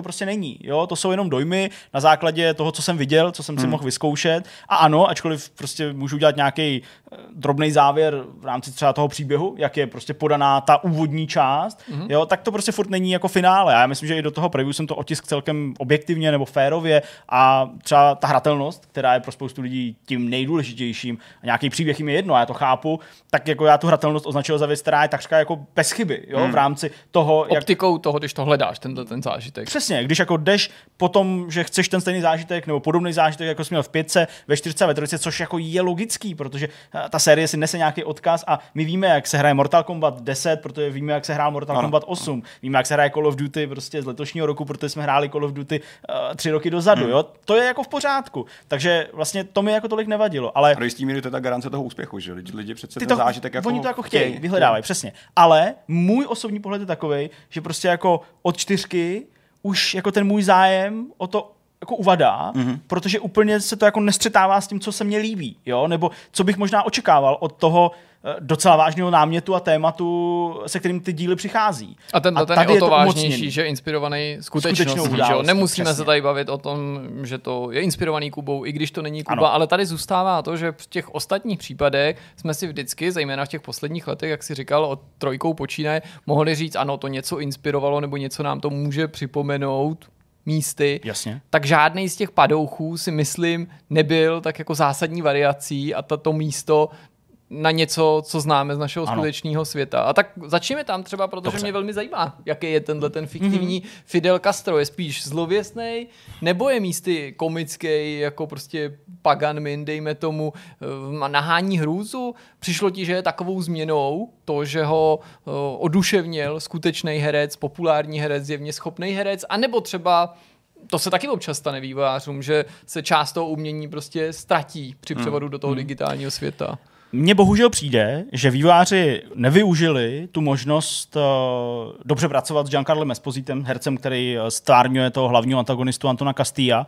S3: prostě není. Jo? To jsou jenom dojmy na základě toho, co jsem viděl, co jsem si mohl vyzkoušet. A ano, ačkoliv prostě můžu udělat nějaký drobný závěr v rámci třeba toho příběhu, jak je prostě podaná ta úvodní část, jo? Tak to prostě furt není jako finále. A já myslím, že i do toho preview jsem to otisk celkem objektivně nebo férově a třeba ta hratelnost, která je pro spoustu lidí tím nejdůležitějším, a nějaký příběh jim je jedno, já to chápu, tak jako já tu hratelnost označil za věc, která je takřka jako bez chyby, jo, v rámci toho,
S1: optikou toho, když to hledáš, ten zážitek.
S3: Přesně, když jako jdeš po tom, že chceš ten stejný zážitek nebo podobný zážitek, jako jsi měl v 5, ve 4, ve 3, což jako je logický, protože ta série si nese nějaký odkaz a my víme, jak se hraje Mortal Kombat 10, protože víme, jak se hrál Mortal Kombat 8, víme, jak se hraje Call of Duty prostě z letošního roku, protože jsme hráli Call of Duty 3 roky dozadu, jo. To je jako v pořádku. Takže vlastně to mi jako tolik nevadilo, ale
S2: do jistý míry to je ta garance toho úspěchu, že lidi přece ten zážitek jako
S3: oni to jako chtějí, vyhledávají, přesně. Ale můj osobní pohled je takovej, že prostě jako od 4 už jako ten můj zájem o to jako uvadá, protože úplně se to jako nestřetává s tím, co se mně líbí, jo, nebo co bych možná očekával od toho docela vážného námětu a tématu, se kterým ty díly přichází.
S1: A ten je o to vážnější, že je inspirovaný skutečností. Nemusíme se tady bavit o tom, že to je inspirovaný Kubou, i když to není Kuba, ale tady zůstává to, že v těch ostatních případech jsme si vždycky, zejména v těch posledních letech, jak si říkal, od 3 počínaje, mohli říct, ano, to něco inspirovalo, nebo něco nám to může připomenout místy.
S3: Jasně.
S1: Tak žádný z těch padouchů si myslím nebyl tak jako zásadní variací a to místo na něco, co známe z našeho skutečného světa. A tak začněme tam třeba, protože mě velmi zajímá, jaký je ten fiktivní Fidel Castro. Je spíš zlověstnej, nebo je místy komický, jako prostě Pagan Min, dejme tomu, nahání hrůzu? Přišlo ti, že je takovou změnou to, že ho oduševnil skutečný herec, populární herec, zjevně schopný herec, anebo třeba to se taky občas stane vývojářům, že se část toho umění prostě ztratí při převodu do toho digitálního světa.
S3: Mně bohužel přijde, že vývojáři nevyužili tu možnost dobře pracovat s Giancarlem Espositem, hercem, který stvárňuje toho hlavního antagonistu Antona Castilla,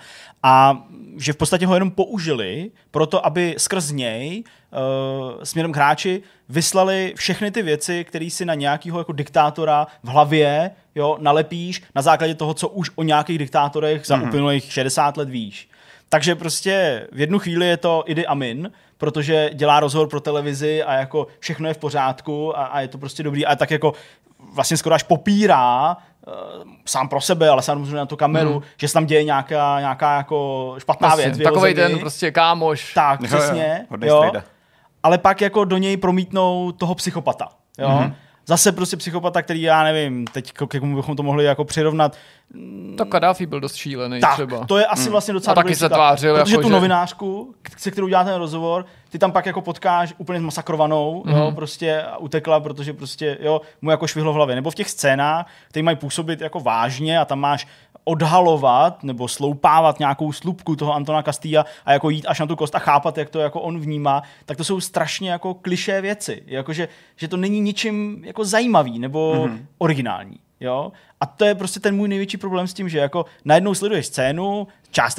S3: a že v podstatě ho jenom použili proto, aby skrz něj směrem k hráči vyslali všechny ty věci, které si na nějakého jako diktátora v hlavě nalepíš na základě toho, co už o nějakých diktátorech za uplynulých 60 let víš. Takže prostě v jednu chvíli je to Idi Amin, protože dělá rozhovor pro televizi a jako všechno je v pořádku a je to prostě dobrý a tak jako vlastně skoro až popírá sám pro sebe, ale samozřejmě na tu kameru, že se tam děje nějaká jako špatná věc.
S1: Takovej ten prostě kámoš.
S3: Tak, přesně. Jo. Ale pak jako do něj promítnou toho psychopata. Jo. Zase prostě psychopata, který já nevím, teď k jakomu bychom to mohli jako přirovnat.
S1: Tak Kadáfi byl dost šílený
S3: tak,
S1: třeba.
S3: To je asi vlastně docela
S1: dobrý příklad. Tvářil,
S3: protože
S1: jako
S3: tu novinářku, se kterou dělá ten rozhovor, ty tam pak jako potkáš úplně zmasakrovanou, jo, prostě a utekla, protože prostě, jo, mu jako švihlo v hlavě. Nebo v těch scénách, které mají působit jako vážně a tam máš odhalovat nebo sloupávat nějakou slupku toho Antona Castilla a jako jít až na tu kost a chápat, jak to jako on vnímá, tak to jsou strašně jako klišé věci. Jakože, že to není ničím jako zajímavý nebo originální. Jo? A to je prostě ten můj největší problém s tím, že jako najednou sleduješ scénu, část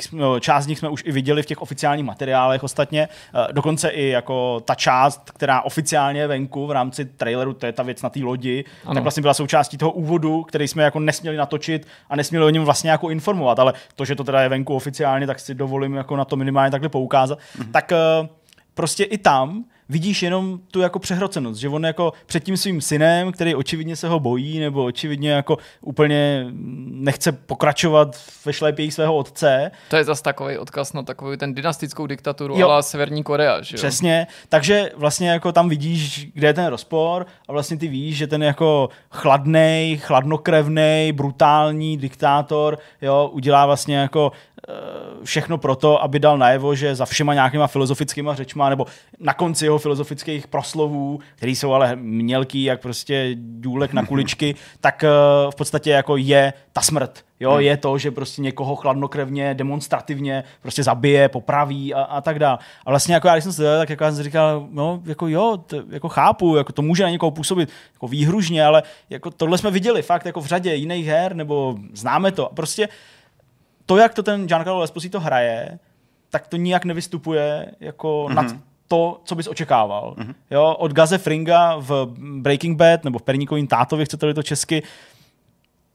S3: z nich jsme už i viděli v těch oficiálních materiálech ostatně, dokonce i jako ta část, která oficiálně je venku v rámci traileru, to je ta věc na té lodi, tak vlastně byla součástí toho úvodu, který jsme jako nesměli natočit a nesměli o něm vlastně jako informovat, ale to, že to teda je venku oficiálně, tak si dovolím jako na to minimálně takhle poukázat. Tak prostě i tam vidíš jenom tu jako přehrocenost, že on jako před tím svým synem, který očividně se ho bojí, nebo očividně jako úplně nechce pokračovat ve šlépějích svého otce.
S1: To je zase takový odkaz na takovou ten dynastickou diktaturu ala Severní Korea, že jo?
S3: Přesně, takže vlastně jako tam vidíš, kde je ten rozpor a vlastně ty víš, že ten jako chladnej, chladnokrevnej, brutální diktátor, jo, udělá vlastně jako všechno proto, aby dal najevo, že za všema nějakýma filozofickýma řečma, nebo na konci jeho filozofických proslovů, který jsou ale mělký, jak prostě důlek na kuličky, tak v podstatě jako je ta smrt. Jo, je to, že prostě někoho chladnokrevně, demonstrativně prostě zabije, popraví a tak dále. A vlastně jako já, když jsem se dělal, tak jako já jsem říkal, no, jako jo, to, jako chápu, jako to může na někoho působit jako výhružně, ale jako tohle jsme viděli fakt jako v řadě jiných her, nebo známe to. Prostě to, jak to ten Giancarlo Esposito hraje, tak to nijak nevystupuje jako nad to, co bys očekával. Jo, od Gaze Fringa v Breaking Bad, nebo v Perníkovým tátovi, chcete-li to česky,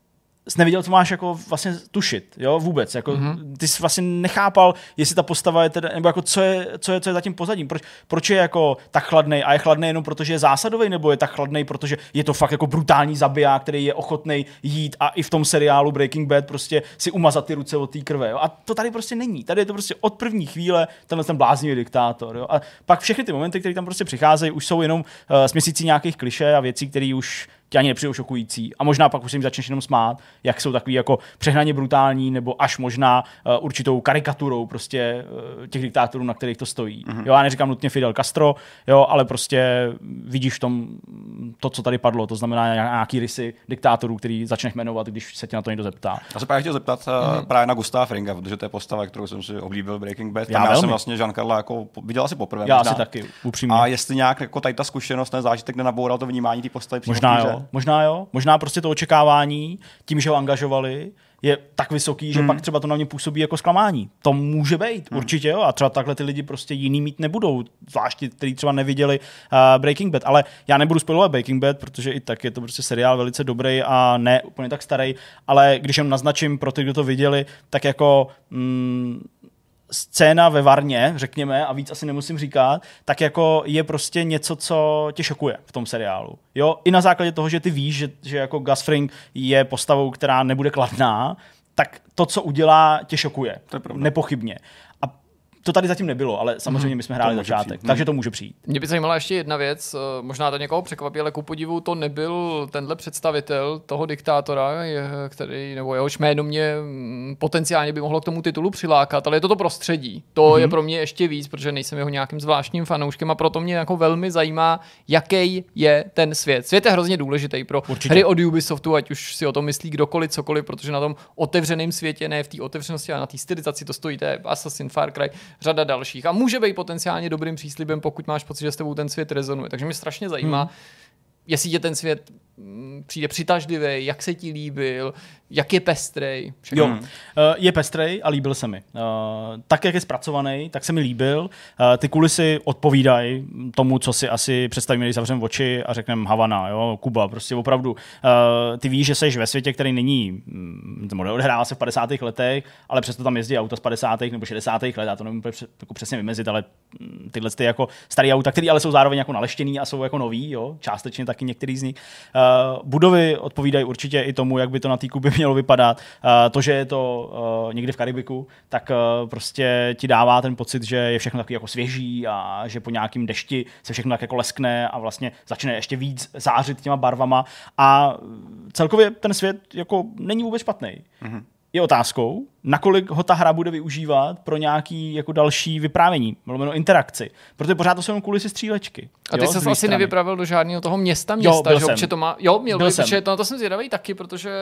S3: nevěděl, co máš jako vlastně tušit, jo, vůbec, jako ty jsi vlastně nechápal, jestli ta postava je teda, nebo jako co je za tím pozadím, proč je jako tak chladnej a je chladnej jenom protože je zásadový, nebo je tak chladnej, protože je to fakt jako brutální zabiják, který je ochotnej jít a i v tom seriálu Breaking Bad prostě si umazat ty ruce od té krve, jo? A to tady prostě není, tady je to prostě od první chvíle ten bláznivý diktátor, jo? A pak všechny ty momenty, které tam prostě přicházejí, už jsou jenom směsící nějakých klišé a věcí, které už tě ani nepřijdou šokující. A možná pak už se jim začneš jenom smát, jak jsou takový jako přehnaně brutální, nebo až možná určitou karikaturou prostě těch diktátorů, na kterých to stojí. Jo, já neříkám nutně Fidel Castro, jo, ale prostě vidíš v tom to, co tady padlo, to znamená nějaký rysy diktátorů, který začneš jmenovat, když se tě na to někdo zeptá.
S2: Já se právě chtěl zeptat právě na Gustava Fringa, protože to je postava, kterou jsem si oblíbil Breaking Bad. Já jsem vlastně Giancarla jako viděl asi poprvé.
S3: Já asi taky, upřímně.
S2: A jestli nějak jako tady ta zkušenost, ten zážitek nenaboural to vnímání té postavy přímo.
S3: Možná jo. Možná prostě to očekávání, tím, že ho angažovali, je tak vysoký, že pak třeba to na mě působí jako zklamání. To může být, určitě jo. A třeba takhle ty lidi prostě jiný mít nebudou, zvláště kteří třeba neviděli Breaking Bad. Ale já nebudu spoilovat Breaking Bad, protože i tak je to prostě seriál velice dobrý a ne úplně tak starý. Ale když jen naznačím pro ty, kdo to viděli, tak jako scéna ve varně, řekněme, a víc asi nemusím říkat, tak jako je prostě něco, co tě šokuje v tom seriálu. Jo, i na základě toho, že ty víš, že jako Gus Fring je postavou, která nebude kladná, tak to, co udělá, tě šokuje. Nepochybně. To tady zatím nebylo, ale samozřejmě my jsme hráli začátek, takže to může přijít.
S1: Mě by zajímala ještě jedna věc, možná to někoho překvapí, ale ku podivu to nebyl tenhle představitel toho diktátora, který, nebo jehož jméno mě potenciálně by mohlo k tomu titulu přilákat, ale je to prostředí. To je pro mě ještě víc, protože nejsem jeho nějakým zvláštním fanouškem a proto mě jako velmi zajímá, jaký je ten svět. Svět je hrozně důležitý pro hry od Ubisoftu, ať už si o tom myslí kdokoliv, cokoliv, protože na tom otevřeném světě, ne v té otevřenosti, ale na té stylizaci to stojí, to je Assassin, Far Cry, řada dalších. A může být potenciálně dobrým příslibem, pokud máš pocit, že s tebou ten svět rezonuje. Takže mě strašně zajímá, jestli tě ten svět přijde přitažlivý, jak se ti líbil, jak je pestrej.
S3: Jo, je pestrej a líbil se mi. Tak, jak je zpracovaný, tak se mi líbil. Ty kulisy odpovídají tomu, co si asi představíme, když zavřeme oči a řekneme Havana, jo, Kuba, prostě opravdu. Ty víš, že jsi ve světě, který není, odehrává se v 50. letech, ale přesto tam jezdí auta z 50. nebo 60. let, já to nevím jako přesně vymezit, ale tyhle ty jako starý auta, které ale jsou zároveň jako naleštěný a jsou jako nový, jo, částečně taky některý z nich. Budovy odpovídají určitě i tomu, jak by to na té Kubě mělo vypadat. To, že je to někde v Karibiku, tak prostě ti dává ten pocit, že je všechno takový jako svěží a že po nějakým dešti se všechno tak jako leskne a vlastně začne ještě víc zářit těma barvama a celkově ten svět jako není vůbec špatný. Je otázkou, nakolik ho ta hra bude využívat pro nějaký jako další vyprávění, mluveno interakci. Protože pořád to jsou jenom kulisy střílečky.
S1: A ty jsi asi nevypravil do žádného toho města, že to má. Jo, měl bych, protože to jsem zvědavý taky, protože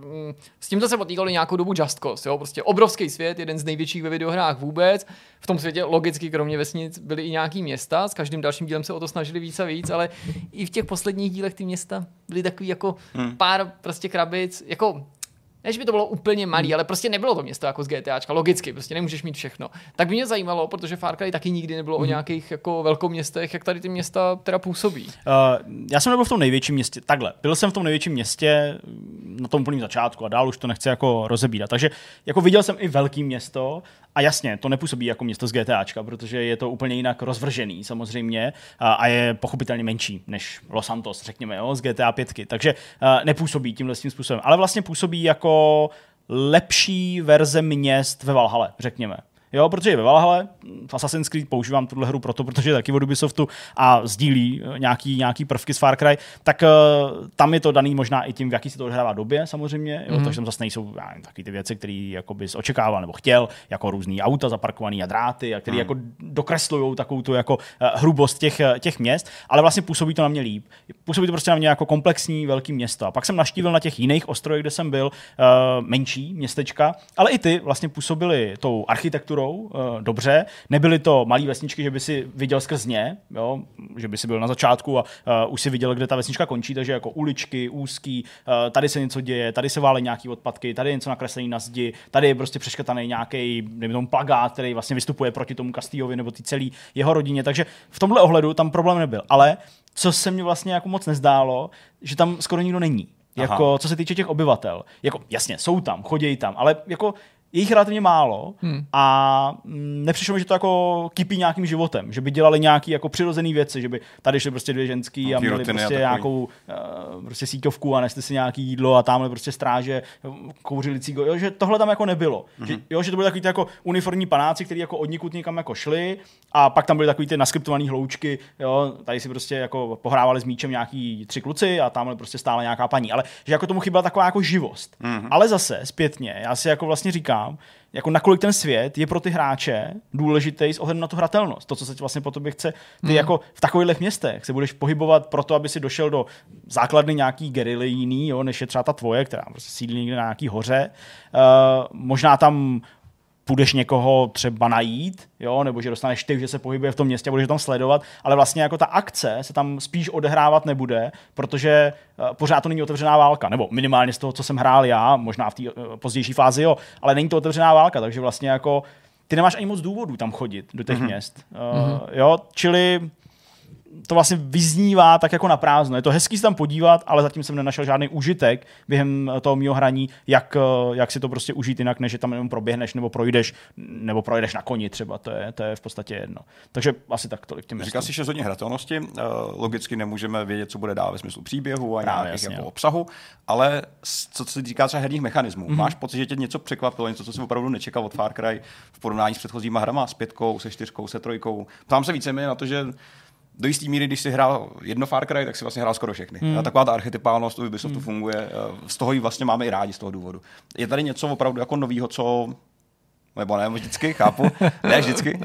S1: s tímto se potýkali nějakou dobu Just Cause, jo, prostě obrovský svět, jeden z největších ve videohrách vůbec. V tom světě logicky kromě vesnic byly i nějaký města, s každým dalším dílem se o to snažili víc a víc, ale i v těch posledních dílech ty města byly takový jako pár prostě krabic, jako než by to bylo úplně malý, ale prostě nebylo to město jako z GTAčka, logicky, prostě nemůžeš mít všechno. Tak by mě zajímalo, protože Far Cry taky nikdy nebylo o nějakých jako velkoměstech, jak tady ty města teda působí.
S3: Já jsem nebyl v tom největším městě, takhle, byl jsem v tom největším městě na tom úplném začátku a dál už to nechci jako rozebírat. Takže jako viděl jsem i velký město a jasně, to nepůsobí jako město z GTAčka, protože je to úplně jinak rozvržený samozřejmě a je pochopitelně menší než Los Santos, řekněme, jo, z GTA 5. Takže nepůsobí tímhle způsobem, ale vlastně působí jako lepší verze měst ve Valhalle, řekněme. Jo, protože je ve Valhalle, v Assassin's Creed používám tuhle hru proto, protože je taky od Ubisoftu a sdílí nějaký prvky z Far Cry, tak tam je to daný možná i tím, v jaký se to odehrává době samozřejmě, jo, takže tam zase nejsou taky ty věci, které jako bys očekával nebo chtěl, jako různý auta zaparkovaný a dráty, a které jako dokreslujou takovou tu jako hrubost těch měst, ale vlastně působí to na mě líp. Působí to prostě na mě jako komplexní velký město. A pak jsem navštívil na těch jiných ostrovech, kde jsem byl, menší městečka, ale i ty vlastně působily tou architekturou dobře. Nebyly to malé vesničky, že by si viděl skrz ně, jo? Že by si byl na začátku a už si viděl, kde ta vesnička končí, takže jako uličky, úzký, tady se něco děje, tady se válí nějaký odpadky, tady je něco nakreslený na zdi, tady je prostě přeškrtaný nějaký plagát, který vlastně vystupuje proti tomu Castillovi nebo ty celý jeho rodině, takže v tomhle ohledu tam problém nebyl. Ale co se mi vlastně jako moc nezdálo, že tam skoro nikdo není. jako co se týče těch obyvatel. Jako jasně, jsou tam, chodí tam, ale jako je jich relativně málo a nepřišlo mi, že to jako kypí nějakým životem, že by dělali nějaký jako přirozený věci, že by tady šly prostě dvě ženský a měli prostě nějakou prostě síťovku a nesli si nějaký jídlo a tamhle prostě stráže kouřili cigo, jo, že tohle tam jako nebylo. Že to byly takový ty jako uniformní panáci, kteří jako odnikud někam jako šli a pak tam byly takový ty naskriptovaný hloučky, jo, tady si prostě jako pohrávali s míčem nějaký 3 kluci a tamhle prostě stála nějaká paní, ale že jako tomu chyběla taková jako živost. Ale zase zpětně, já si jako vlastně říkám, jako nakolik ten svět je pro ty hráče důležitý s ohledem na tu hratelnost. To, co se vlastně po tobě chce, ty jako v takových městech se budeš pohybovat proto, aby si došel do základny nějaký gerily jiný, jo, než je třeba ta tvoje, která prostě sídlí někde na nějaký hoře. Možná tam půjdeš někoho třeba najít, jo, nebo že dostaneš typ, že se pohybuje v tom městě a budeš tam sledovat, ale vlastně jako ta akce se tam spíš odehrávat nebude, protože pořád to není otevřená válka, nebo minimálně z toho, co jsem hrál já, možná v té pozdější fázi, jo, ale není to otevřená válka, takže vlastně jako ty nemáš ani moc důvodů tam chodit do těch měst, jo, čili to vlastně vyznívá tak jako na prázdno. Je to hezký se tam podívat, ale zatím jsem nenašel žádný užitek během toho mýho hraní, jak si to prostě užít jinak, než že tam jenom proběhneš nebo projdeš na koni třeba. To je v podstatě jedno. Takže asi tak tolik těm.
S2: Říkal jsi, že hodně hratelnosti. Logicky nemůžeme vědět, co bude dál ve smyslu příběhu a nějakých jako obsahu, ale co se týká třeba herních mechanismů. Máš pocit, že tě něco překvapilo, něco, co jsi opravdu nečekal od Far Cry v porovnání s předchozíma hrama, s 5, se 4, se 3. Ptám se víceméně na to, že do jisté míry, když si hrál jedno Far Cry, tak si vlastně hrál skoro všechny. Taková ta archetypálnost u Ubisoftu funguje, z toho ji vlastně máme i rádi z toho důvodu. Je tady něco opravdu jako novýho, co nebo ne, vždycky, chápu, ne vždycky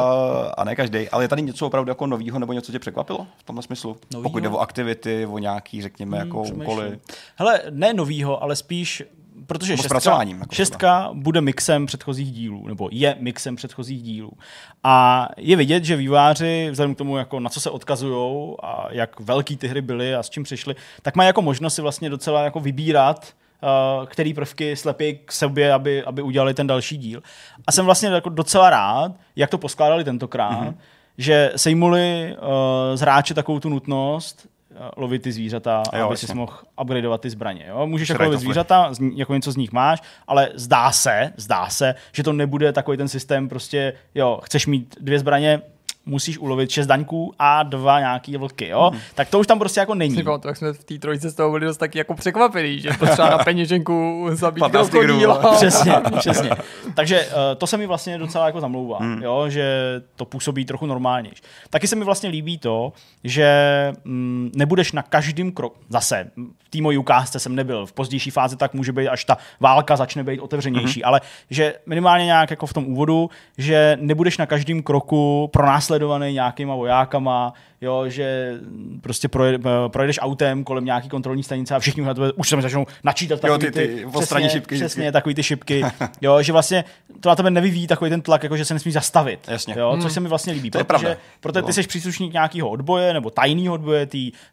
S2: a ne každý, ale je tady něco opravdu jako novýho nebo něco tě překvapilo v tomhle smyslu? Novýho? Pokud jde o aktivity, o nějaký, řekněme, jako úkoly.
S3: Hele, ne novýho, ale spíš protože šestka bude mixem předchozích dílů, nebo je mixem předchozích dílů. A je vidět, že vývojáři, vzhledem k tomu, jako na co se odkazujou a jak velký ty hry byly a s čím přišli, tak mají jako možnost si vlastně docela jako vybírat, který prvky slepí k sobě, aby udělali ten další díl. A jsem vlastně jako docela rád, jak to poskládali tentokrát, že sejmuli z hráče takovou tu nutnost lovit ty zvířata, aby si mohl upgradeovat ty zbraně. Jo? Můžeš jako lovit zvířata, jako něco z nich máš, ale zdá se, že to nebude takový ten systém prostě, jo, chceš mít 2 zbraně, musíš ulovit 6 daňků a 2 nějaký vlky, jo? Tak to už tam prostě jako není.
S1: Tak jsme v té trojice z toho byli dost taky jako překvapení, že potřeba na peněženku zabít krokodýla.
S3: Přesně. Takže to se mi vlastně docela jako zamlouvá, jo? Že to působí trochu normálnější. Taky se mi vlastně líbí to, že nebudeš na každém kroku, zase v té mojí ukázce jsem nebyl, v pozdější fázi tak může být, až ta válka začne být otevřenější, ale že minimálně nějak jako v tom úvodu, že nebudeš na každém kroku pronásledovaný nějakýma vojákama, jo, že prostě projedeš autem kolem nějaký kontrolní stanice a všichni už se mi začnou načítat takový ty
S2: šipky.
S3: Přesně, takový ty šipky. Jo, že vlastně to na tebe nevyvíjí takový ten tlak, jako že se nesmíš zastavit.
S2: Jasně.
S3: Jo, což se mi vlastně líbí, protože ty jsi příslušník nějakého odboje nebo tajného odboje,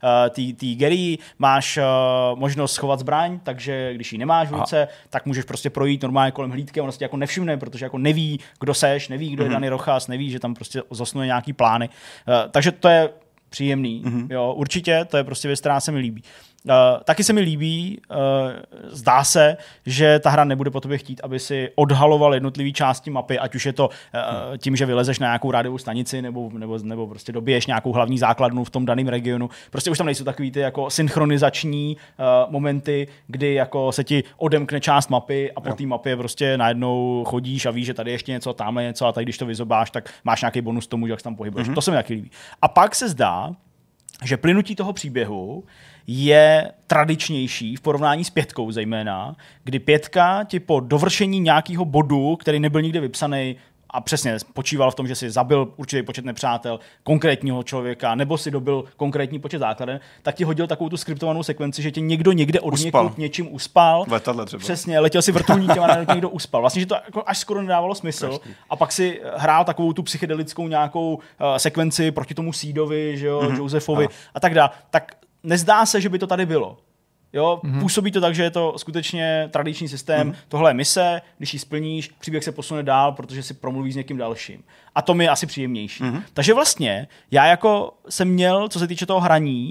S3: tý gerii, máš možnost schovat zbraň, takže když ji nemáš v ruce, tak můžeš prostě projít normálně kolem hlídky a on se jako nevšimne, protože jako neví, kdo seš, neví, kdo je daný Rochas, neví, že tam prostě zasnuje nějaký plány. Takže to je příjemný. Jo, určitě, to je prostě věc, která se mi líbí. Taky se mi líbí, zdá se, že ta hra nebude po tobě chtít, aby si odhaloval jednotlivé části mapy, ať už je to tím, že vylezeš na nějakou rádiovou stanici nebo prostě dobiješ nějakou hlavní základnu v tom daném regionu. Prostě už tam nejsou takový ty jako synchronizační momenty, kdy jako se ti odemkne část mapy a po té mapě prostě najednou chodíš a víš, že tady ještě něco, tamhle něco a tady když to vyzobáš, tak máš nějaký bonus tomu, jak se tam pohybuješ. To se mi taky líbí. A pak se zdá, že plynutí toho příběhu je tradičnější v porovnání s 5 zejména, kdy 5 ti po dovršení nějakého bodu, který nebyl nikde vypsaný a přesně spočíval v tom, že si zabil určitý počet nepřátel, konkrétního člověka, nebo si dobil konkrétní počet základen, tak ti hodil takovou tu skriptovanou sekvenci, že tě někdo někde od někud něčím uspal.
S2: Letadle třeba.
S3: Přesně, letěl si vrtulníkem a někdo uspal. Vlastně, že to jako až skoro nedávalo smysl. A pak si hrál takovou tu psychedelickou nějakou sekvenci proti tomu Seedovi, že jo, Josephovi a tak dále. Tak nezdá se, že by to tady bylo. Jo, působí to tak, že je to skutečně tradiční systém. Tohle je mise, když ji splníš, příběh se posune dál, protože si promluví s někým dalším. A to mi je asi příjemnější. Takže vlastně já jako jsem měl, co se týče toho hraní,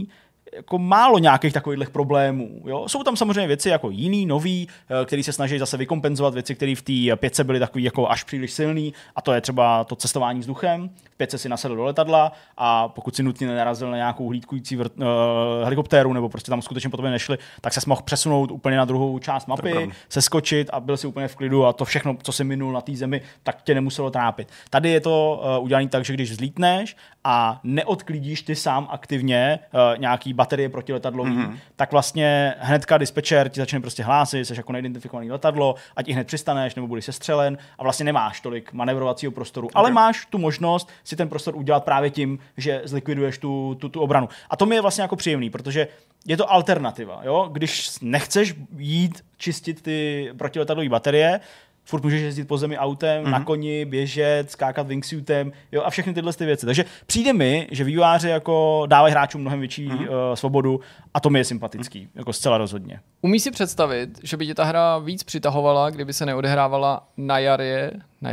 S3: jako málo nějakých takových problémů. Jo? Jsou tam samozřejmě věci jako jiný, nový, který se snaží zase vykompenzovat věci, které v té 5 byly takový jako až příliš silný, a to je třeba to cestování vzduchem. V 5 si nasedl do letadla a pokud si nutně nenarazil na nějakou hlídkující helikoptéru nebo prostě tam skutečně potom nešli, tak se mohl přesunout úplně na druhou část mapy, seskočit a byl si úplně v klidu a to všechno, co si minul na té zemi, tak tě nemuselo trápit. Tady je to udělané tak, že když vzlítneš a neodklidíš ty sám aktivně nějaký baterie protiletadlový, tak vlastně hnedka dispečer ti začne prostě hlásit, jsi jako neidentifikovaný letadlo, ať i hned přistaneš nebo budeš sestřelen a vlastně nemáš tolik manevrovacího prostoru, ale máš tu možnost si ten prostor udělat právě tím, že zlikviduješ tu obranu. A to mi je vlastně jako příjemný, protože je to alternativa. Jo? Když nechceš jít čistit ty protiletadlové baterie, furt můžeš jezdit po zemi autem, na koni, běžet, skákat wingsuitem, jo, a všechny tyhle věci. Takže přijde mi, že vývojáři jako dávají hráčům mnohem větší svobodu a to mi je sympatický, jako zcela rozhodně.
S1: Umíš si představit, že by tě ta hra víc přitahovala, kdyby se neodehrávala na jaře,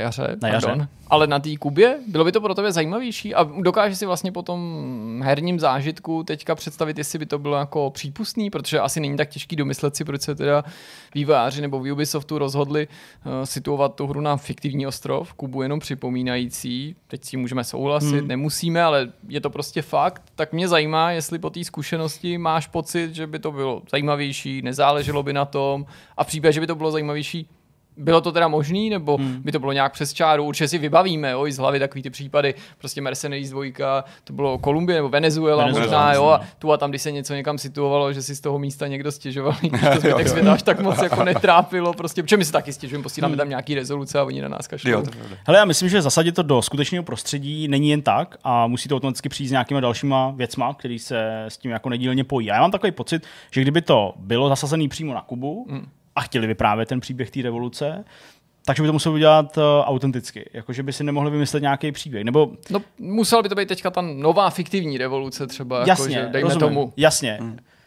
S1: ale na té Kubě? Bylo by to pro tebe zajímavější? A dokážeš si vlastně po tom herním zážitku teďka představit, jestli by to bylo jako přípustný, protože asi není tak těžký domyslet si, proč se teda vývojáři nebo v Ubisoftu rozhodli situovat tu hru na fiktivní ostrov, Kubu jenom připomínající. Teď si můžeme souhlasit, nemusíme, ale je to prostě fakt. Tak mě zajímá, jestli po té zkušenosti máš pocit, že by to bylo zajímavější, nezáleželo by na tom, a v případě, že by to bylo zajímavější, bylo to teda možný, nebo by to bylo nějak přes čáru? Určitě si vybavíme, jo, i z hlavy takový ty případy, prostě Mercenaries 2, to bylo Kolumbie nebo Venezuela možná, jo, a tu a tam, když se něco někam situovalo, že si z toho místa někdo stěžoval, když to zbytek světa až tak moc jako netrápilo, prostě, protože my si taky stěžujeme, posíláme tam nějaký rezoluce a oni na nás kašlou.
S3: Hele, já myslím, že zasadit to do skutečného prostředí není jen tak a musí to automaticky přijít s nějakýma dalšíma věcma, které se s tím jako nedílně pojí. A já mám takový pocit, že kdyby to bylo zasazený přímo na Kubu, a chtěli vyprávět ten příběh té revoluce, takže by to muselo udělat autenticky. Jakože by si nemohli vymyslet nějaký příběh. Nebo...
S1: No, musela by to být teďka ta nová fiktivní revoluce třeba.
S3: Jasně,
S1: jako, že dejme tomu.
S3: Jasně.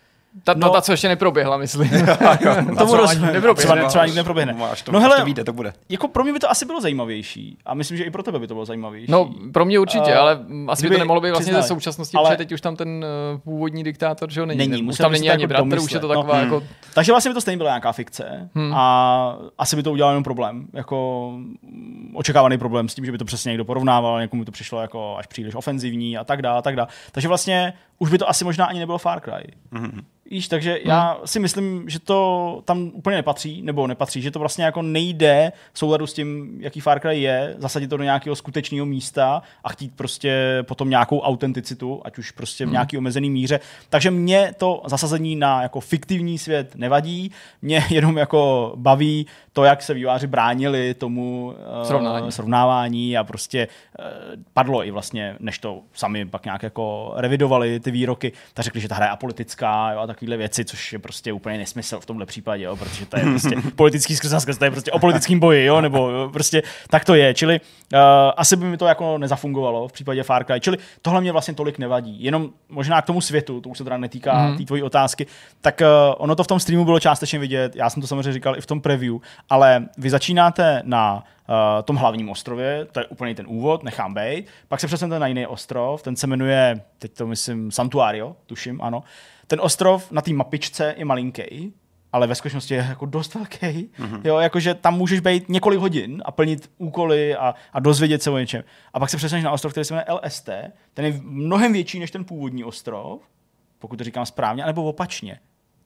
S1: Ta, co ještě neproběhla, myslím.
S3: Tomu rozumím. Třeba nikdy neproběhne.
S2: No hele, víte, to bude.
S3: Jako pro mě by to asi bylo zajímavější. A myslím, že i pro tebe by to bylo zajímavější.
S1: No, pro mě určitě, ale asi by to nemohlo být vlastně ze současnosti, protože teď už tam ten původní diktátor, že ho není. Už tam není ani bratr, už je to taková jako...
S3: Takže vlastně by to stejně byla nějaká fikce a asi by to udělalo jenom problém. Jako očekávaný problém s tím, že by to přesně někdo porovnával, někomu to přišlo jako až příliš ofenzivní a tak dále, Takže vlastně už by to asi možná ani nebylo Far Cry. Víš, takže já si myslím, že to tam úplně nepatří, že to vlastně jako nejde v souladu s tím, jaký Far Cry je, zasadit to do nějakého skutečného místa a chtít prostě potom nějakou autenticitu, ať už prostě v nějaký omezený míře. Takže mě to zasazení na jako fiktivní svět nevadí, mě jenom jako baví to, jak se vývojáři bránili tomu srovnávání a prostě padlo i vlastně, než to sami pak nějak jako revidovali ty výroky, tak řekli, že ta hra je apolitická, jo, a takovéhle věci, což je prostě úplně nesmysl v tomhle případě, jo, protože to je prostě politický skrz, to je prostě o politickém boji, jo, nebo jo, prostě tak to je, čili asi by mi to jako nezafungovalo v případě Far Cry, čili tohle mě vlastně tolik nevadí, jenom možná k tomu světu, to už se teda netýká té tvojí otázky, tak ono to v tom streamu bylo částečně vidět, já jsem to samozřejmě říkal i v tom preview, ale vy začínáte na tom hlavním ostrově, to je úplně ten úvod, nechám bejt, pak se přesunete na jiný ostrov, ten se jmenuje, teď to myslím Santuario, tuším, ano. Ten ostrov na té mapičce je malinký, ale ve skutečnosti je jako dost velký. Jo, jakože tam můžeš být několik hodin a plnit úkoly a dozvědět se o něčem. A pak se přesuneš na ostrov, který se jmenuje LST, ten je mnohem větší než ten původní ostrov, pokud to říkám správně, anebo opačně.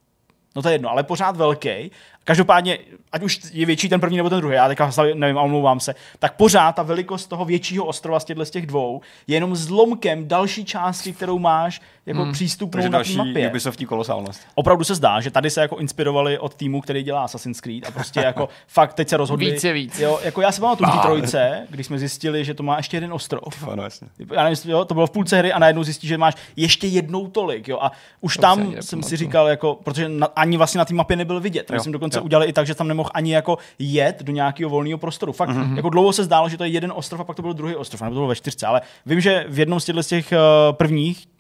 S3: No to je jedno, ale pořád velký. Každopádně, ať už je větší ten první nebo ten druhý, já teďka nevím, omlouvám se, tak pořád ta velikost toho většího ostrova z těch dvou je jenom zlomkem další části, kterou máš jako přístupnou na té mapě.
S2: Ubisoftí kolosálnost.
S3: Opravdu se zdá, že tady se jako inspirovali od týmu, který dělá Assassin's Creed a prostě jako fakt teď se rozhodli.
S1: Víc je víc.
S3: Jo, jako já si pamatuju v té trojce, když jsme zjistili, že to má ještě jeden ostrov.
S2: Ano, jasně.
S3: Já nevím, jo, to bylo v půlce hry a najednou zjistíš, že máš ještě jednou tolik, jo, a už tam jsem si říkal jako, protože ani vlastně na té mapě nebyl vidět. My jsme dokonce udělali i tak, že tam nemohl ani jako jet do nějakého volného prostoru. Fakt jako dlouho se zdálo, že to je jeden ostrov a pak to byl druhý ostrov, nebo to bylo ve 4, ale vím, že v jednom z těch prvních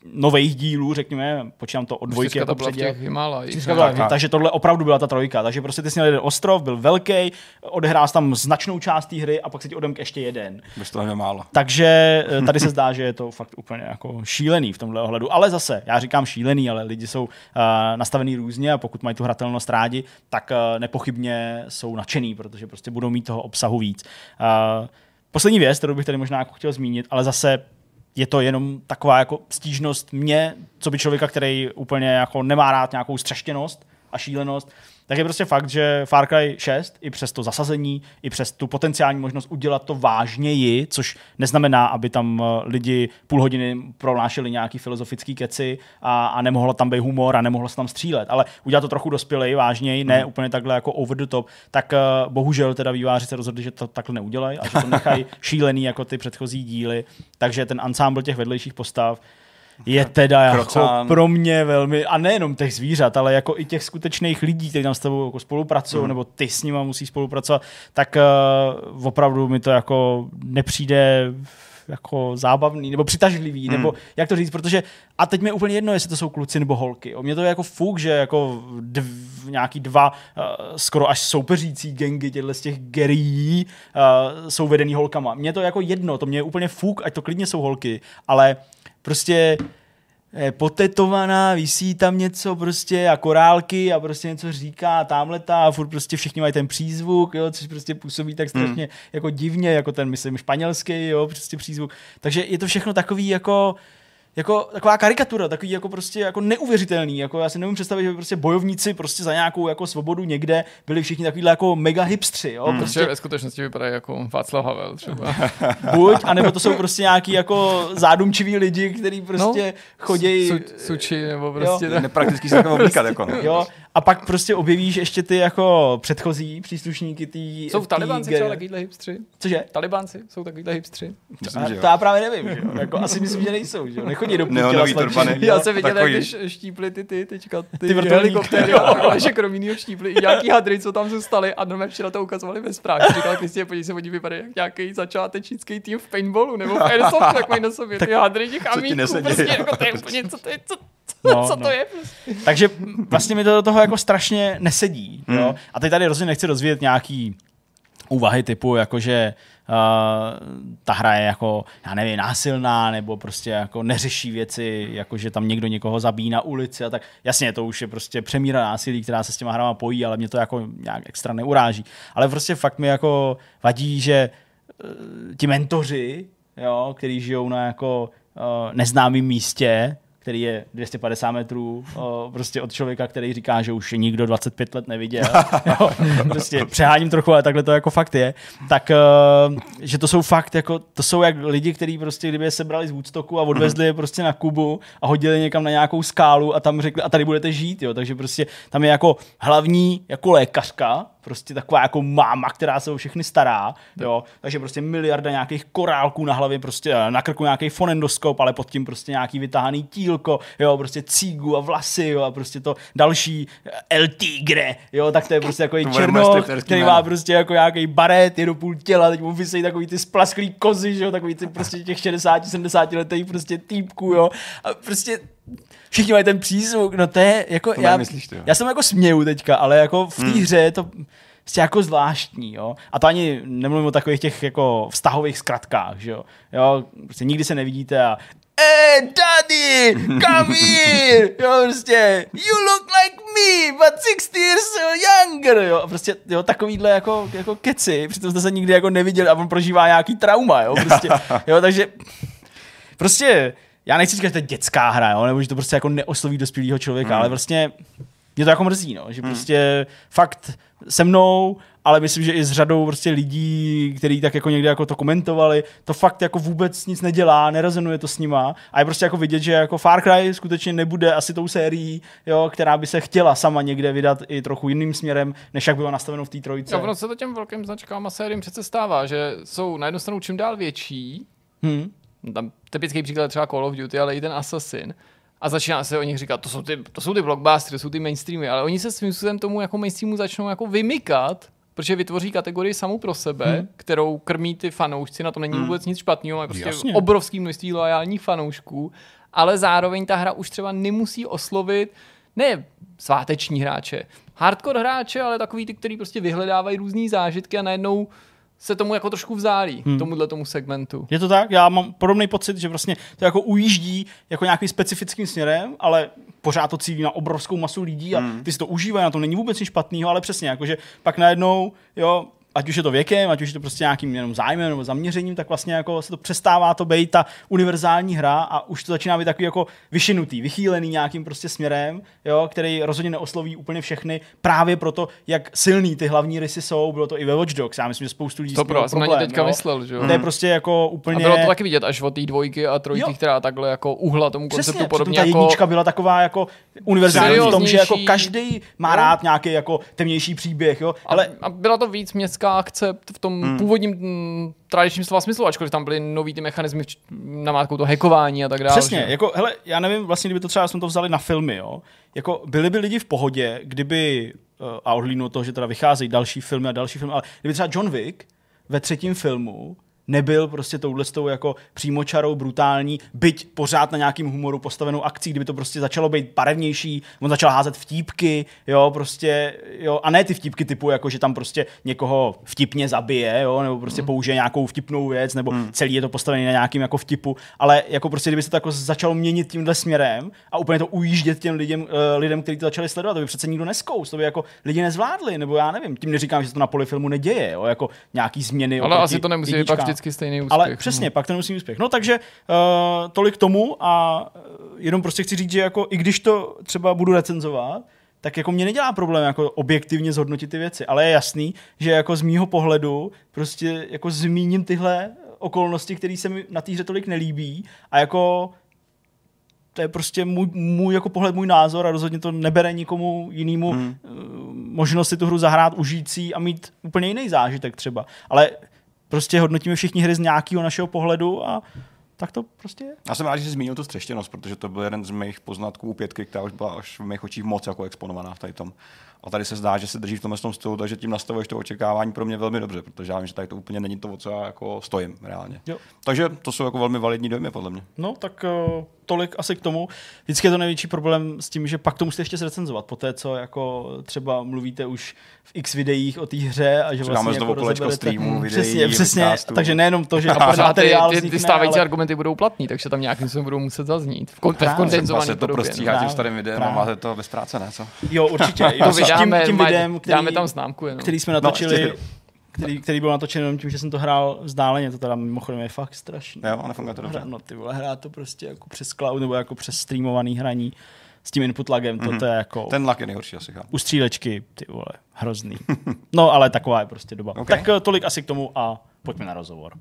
S3: nových dílů, řekněme, počítám to od 2 jako předěl. Takže tohle opravdu byla ta 3. Takže prostě ty jsi měl jeden ostrov, byl velký, odehrál tam značnou část té hry a pak se ti odemk ještě jeden.
S2: Bez toho nemálo.
S3: Takže tady se zdá, že je to fakt úplně jako šílený v tomhle ohledu. Ale zase, já říkám šílený, ale lidi jsou nastavený různě a pokud mají tu hratelnost rádi, tak nepochybně jsou nadšený, protože prostě budou mít toho obsahu víc. Poslední věc, kterou bych tady možná jako chtěl zmínit, ale zase je to jenom taková jako stížnost mě, co by člověka, který úplně jako nemá rád nějakou střeštěnost a šílenost, tak je prostě fakt, že Far Cry 6 i přes to zasazení, i přes tu potenciální možnost udělat to vážněji, což neznamená, aby tam lidi půl hodiny pronášeli nějaký filozofický keci a nemohlo tam být humor a nemohlo se tam střílet, ale udělat to trochu dospělej, vážněji, ne úplně takhle jako over the top, tak bohužel teda vývojáři se rozhodli, že to takhle neudělají a že to nechají šílený jako ty předchozí díly, takže ten ansámbl těch vedlejších postav je teda jako pro mě velmi, a nejenom těch zvířat, ale jako i těch skutečných lidí, kteří tam s tebou jako spolupracují, nebo ty s nima musí spolupracovat, tak opravdu mi to jako nepřijde jako zábavný, nebo přitažlivý, nebo jak to říct, protože a teď mi je úplně jedno, jestli to jsou kluci nebo holky. O mě to je jako fuk, že jako nějaký 2 skoro až soupeřící gengy těchto z těch gerií jsou vedený holkama. Mně to je jako jedno, to mě je úplně fuk, ať to klidně jsou holky, ale prostě potetovaná, visí tam něco prostě a korálky a prostě něco říká támhleta a furt prostě všichni mají ten přízvuk, jo, což prostě působí tak strašně jako divně, jako ten, myslím, španělský, jo, prostě přízvuk. Takže je to všechno takový jako taková karikatura, takový jako prostě jako neuvěřitelný, jako já si nevím představit, že by prostě bojovníci prostě za nějakou jako svobodu někde byli všichni takovýhle jako mega hipstři, jo, prostě
S1: ve skutečnosti vypadají jako Václav Havel třeba.
S3: Buď, anebo to jsou prostě nějaký jako zádumčiví lidi, kteří prostě chodějí
S1: suči nebo prostě
S2: neprakticky se takové oblíkat jako.
S3: Jo, a pak prostě objevíš ještě ty jako předchozí příslušníky tý
S1: jsou v Talibánci třeba takovýhle hipstři?
S3: Cože?
S1: Talibánci jsou takovýhle hipstři?
S3: To já právě nevím, že jo. Jako asi myslím, že nejsou, že jo. Nechodí do Putila.
S1: Já jsem viděl, jak když štípli ty helikoptéry a Lešek Romínýho štípli i nějaký hadry, co tam zůstali a doma včera to ukazovali ve zprávě. Říkal Kristě, podívej se, oni vypadají jak nějaký začátečnický tým v paintballu nebo v Airsoftu, jak mají na sobě ty hadry těch amíků. Prostě jako to je úplně, co to je, co to je?
S3: Takže vlastně mi to do toho jako strašně nesedí. Jo? A teď tady rozhodně nechci rozvíjet nějaký úvahy typu, jakože ta hra je jako, já nevím, násilná, nebo prostě jako neřeší věci, jakože tam někdo někoho zabíjí na ulici a tak. Jasně, to už je prostě přemíra násilí, která se s těma hrama pojí, ale mě to jako nějak extra neuráží. Ale prostě fakt mi jako vadí, že ti mentoři, jo, kteří žijou na jako neznámém místě, který je 250 metrů prostě od člověka, který říká, že už nikdo 25 let neviděl. Jo, prostě přeháním trochu, ale takhle to jako fakt je. Tak, že to jsou fakt, jako, to jsou jak lidi, kteří prostě, kdyby je sebrali z Woodstocku a odvezli je prostě na Kubu a hodili někam na nějakou skálu a tam řekli, a tady budete žít, jo. Takže prostě tam je jako hlavní jako lékařka, prostě taková jako máma, která se o všechny stará, jo. Takže prostě miliarda nějakých korálků na hlavě, prostě na krku nějaký fonendoskop, ale pod tím prostě nějaký vytáhaný tílko, jo, prostě cígu a vlasy, jo, a prostě to další El Tigre, jo, tak to je prostě takový černoch, který má prostě jako nějaký baret, je do půl těla, teď mu vysejí takový ty splasklý kozy, že jo, takový ty prostě těch 60-70 letých prostě týpků, jo, a prostě všichni mají ten přízvuk, no to je jako, já jsem jako směju teďka, ale jako v té hře je to prostě jako zvláštní, jo. A to ani nemluvím o takových těch jako vztahových zkratkách, že jo. Jo, prostě nikdy se nevidíte a daddy, come here, jo, prostě you look like me, but 60 years younger, jo. A prostě, jo, takovýhle jako keci, přitom jste se nikdy jako neviděli a on prožívá nějaký trauma, jo, prostě, jo, takže prostě já nechci říkat, že to je dětská hra, jo, nebo že to prostě jako neosloví dospělého člověka, ale vlastně mě to jako mrzí, no, že prostě fakt se mnou, ale myslím, že i s řadou prostě lidí, kteří tak jako někde jako to komentovali, to fakt jako vůbec nic nedělá, nerezonuje to s nima a je prostě jako vidět, že jako Far Cry skutečně nebude asi tou sérií, jo, která by se chtěla sama někde vydat i trochu jiným směrem, než jak bylo nastaveno v té trojce.
S1: Jo, ono se to těm velkým značkám a sériím přece stává, že jsou na jednu stranu čím dál větší, tam typický příklad třeba Call of Duty, ale i ten Assassin. A začíná se o nich říkat, to jsou ty blockbustery, to jsou ty mainstreamy, ale oni se svým způsobem tomu jako mainstreamu začnou jako vymykat, protože vytvoří kategorii samou pro sebe, kterou krmí ty fanoušci, na tom není vůbec nic špatného, mají prostě obrovský množství loajálních fanoušků ale zároveň ta hra už třeba nemusí oslovit ne sváteční hráče, hardcore hráče, ale takový ty, kteří prostě vyhledávají různý zážitky a najednou se tomu jako trošku vzdálí, tomu segmentu.
S3: Je to tak? Já mám podobný pocit, že vlastně to jako ujíždí jako nějakým specifickým směrem, ale pořád to cílí na obrovskou masu lidí a ty si to užívají, na tom není vůbec nic špatného, ale přesně, jakože pak najednou, jo, ať už je to věkem, ať už je to prostě nějakým jenom zájmem nebo zaměřením, tak vlastně jako se to přestává to být ta univerzální hra a už to začíná být takový jako vyšinutý, vychýlený nějakým prostě směrem, jo, který rozhodně neosloví úplně všechny, právě proto, jak silný ty hlavní rysy jsou. Bylo to i ve Watch Dogs, já myslím, že spoustu lidí
S1: to pro, jsem na ně teďka myslel, že jo.
S3: To je prostě jako úplně.
S1: A bylo to taky vidět až od té 2 a 3, která takhle jako uhla tomu konceptu podobně
S3: ta
S1: jako
S3: jednička byla taková jako univerzální v tom, že jako každý má rád nějaký jako temnější příběh, jo.
S1: A byla to víc městská akce v tom původním tradičním slova smyslu, ačkoliv tam byly nový ty mechanismy namátkou to hackování a tak dále.
S3: Přesně, jako hele, já nevím, vlastně kdyby to třeba jsme to vzali na filmy, jo. Jako byli by lidi v pohodě, kdyby a odhlídnu od toho, že teda vycházejí další filmy, ale kdyby třeba John Wick ve 3. filmu nebyl prostě touhletou jako přímočarou, brutální, byť pořád na nějakým humoru postavenou akcí, kdyby to prostě začalo být barevnější, on začal házet vtípky, jo, prostě, jo, a ne ty vtípky typu, jako že tam prostě někoho vtipně zabije, jo, nebo prostě použije nějakou vtipnou věc, nebo celý je to postavený na nějakým jako vtipu, ale jako prostě kdyby se to jako začalo měnit tímhle směrem a úplně to ujíždět těm lidem, kteří to začali sledovat, to by přece nikdo neskous, to by jako lidi nezvládli, nebo já nevím, tím neříkám, že se to na poli filmu neděje, jo, jako nějaký změny.
S1: Ale asi to nemusí být pak vždycky stejný úspěch.
S3: Ale přesně, pak to nemusí úspěch. No takže tolik tomu a jenom prostě chci říct, že jako i když to třeba budu recenzovat, tak jako mě nedělá problém jako objektivně zhodnotit ty věci, ale je jasný, že jako z mýho pohledu prostě jako zmíním tyhle okolnosti, které se mi na té hře tolik nelíbí a jako to je prostě můj jako pohled, můj názor a rozhodně to nebere nikomu jinému možnost si tu hru zahrát, užít si a mít úplně jiný zážitek třeba. Ale prostě hodnotíme všichni hry z nějakého našeho pohledu a tak to prostě je.
S2: Já jsem rád, že jsi zmínil tu střeštěnost, protože to byl jeden z mých poznatků u 5, která už byla až v mých očích moc jako exponovaná v tady tom. A tady se zdá, že se drží v tomhle stylu, takže tím nastavuješ to očekávání pro mě velmi dobře, protože já vím, že tady to úplně není to, o co já jako stojím reálně. Jo. Takže to jsou jako velmi validní dojmy podle mě.
S3: No, tak tolik asi k tomu. Vždycky je to největší problém s tím, že pak to musíte ještě zrecenzovat po té, co jako třeba mluvíte už v x videích o té hře a že vlastně jako rozeberete
S2: streamu, videí,
S3: přesně,
S2: podcastu.
S3: takže nejenom to, že
S1: ty stávající argumenty budou platný, takže tam nějakým způsobem budou muset zaznít. V kondenzované
S2: to prostříhá tím starým videem a máte to bez práce, ne co?
S3: Jo, určitě.
S1: Tím videem, dáme tam známku,
S3: který jsme natočili, který byl natočen jenom tím, že jsem to hrál vzdáleně, to teda mimochodem je fakt strašný.
S2: Jo, a nefunguje to dobře.
S3: No ty vole, hrát to prostě jako přes cloud nebo jako přes streamovaný hraní s tím input lagem, to je jako...
S2: Ten lag je nejhorší asi.
S3: U střílečky, ty vole, hrozný. No, ale taková je prostě doba. Okay. Tak tolik asi k tomu a pojďme na rozhovor.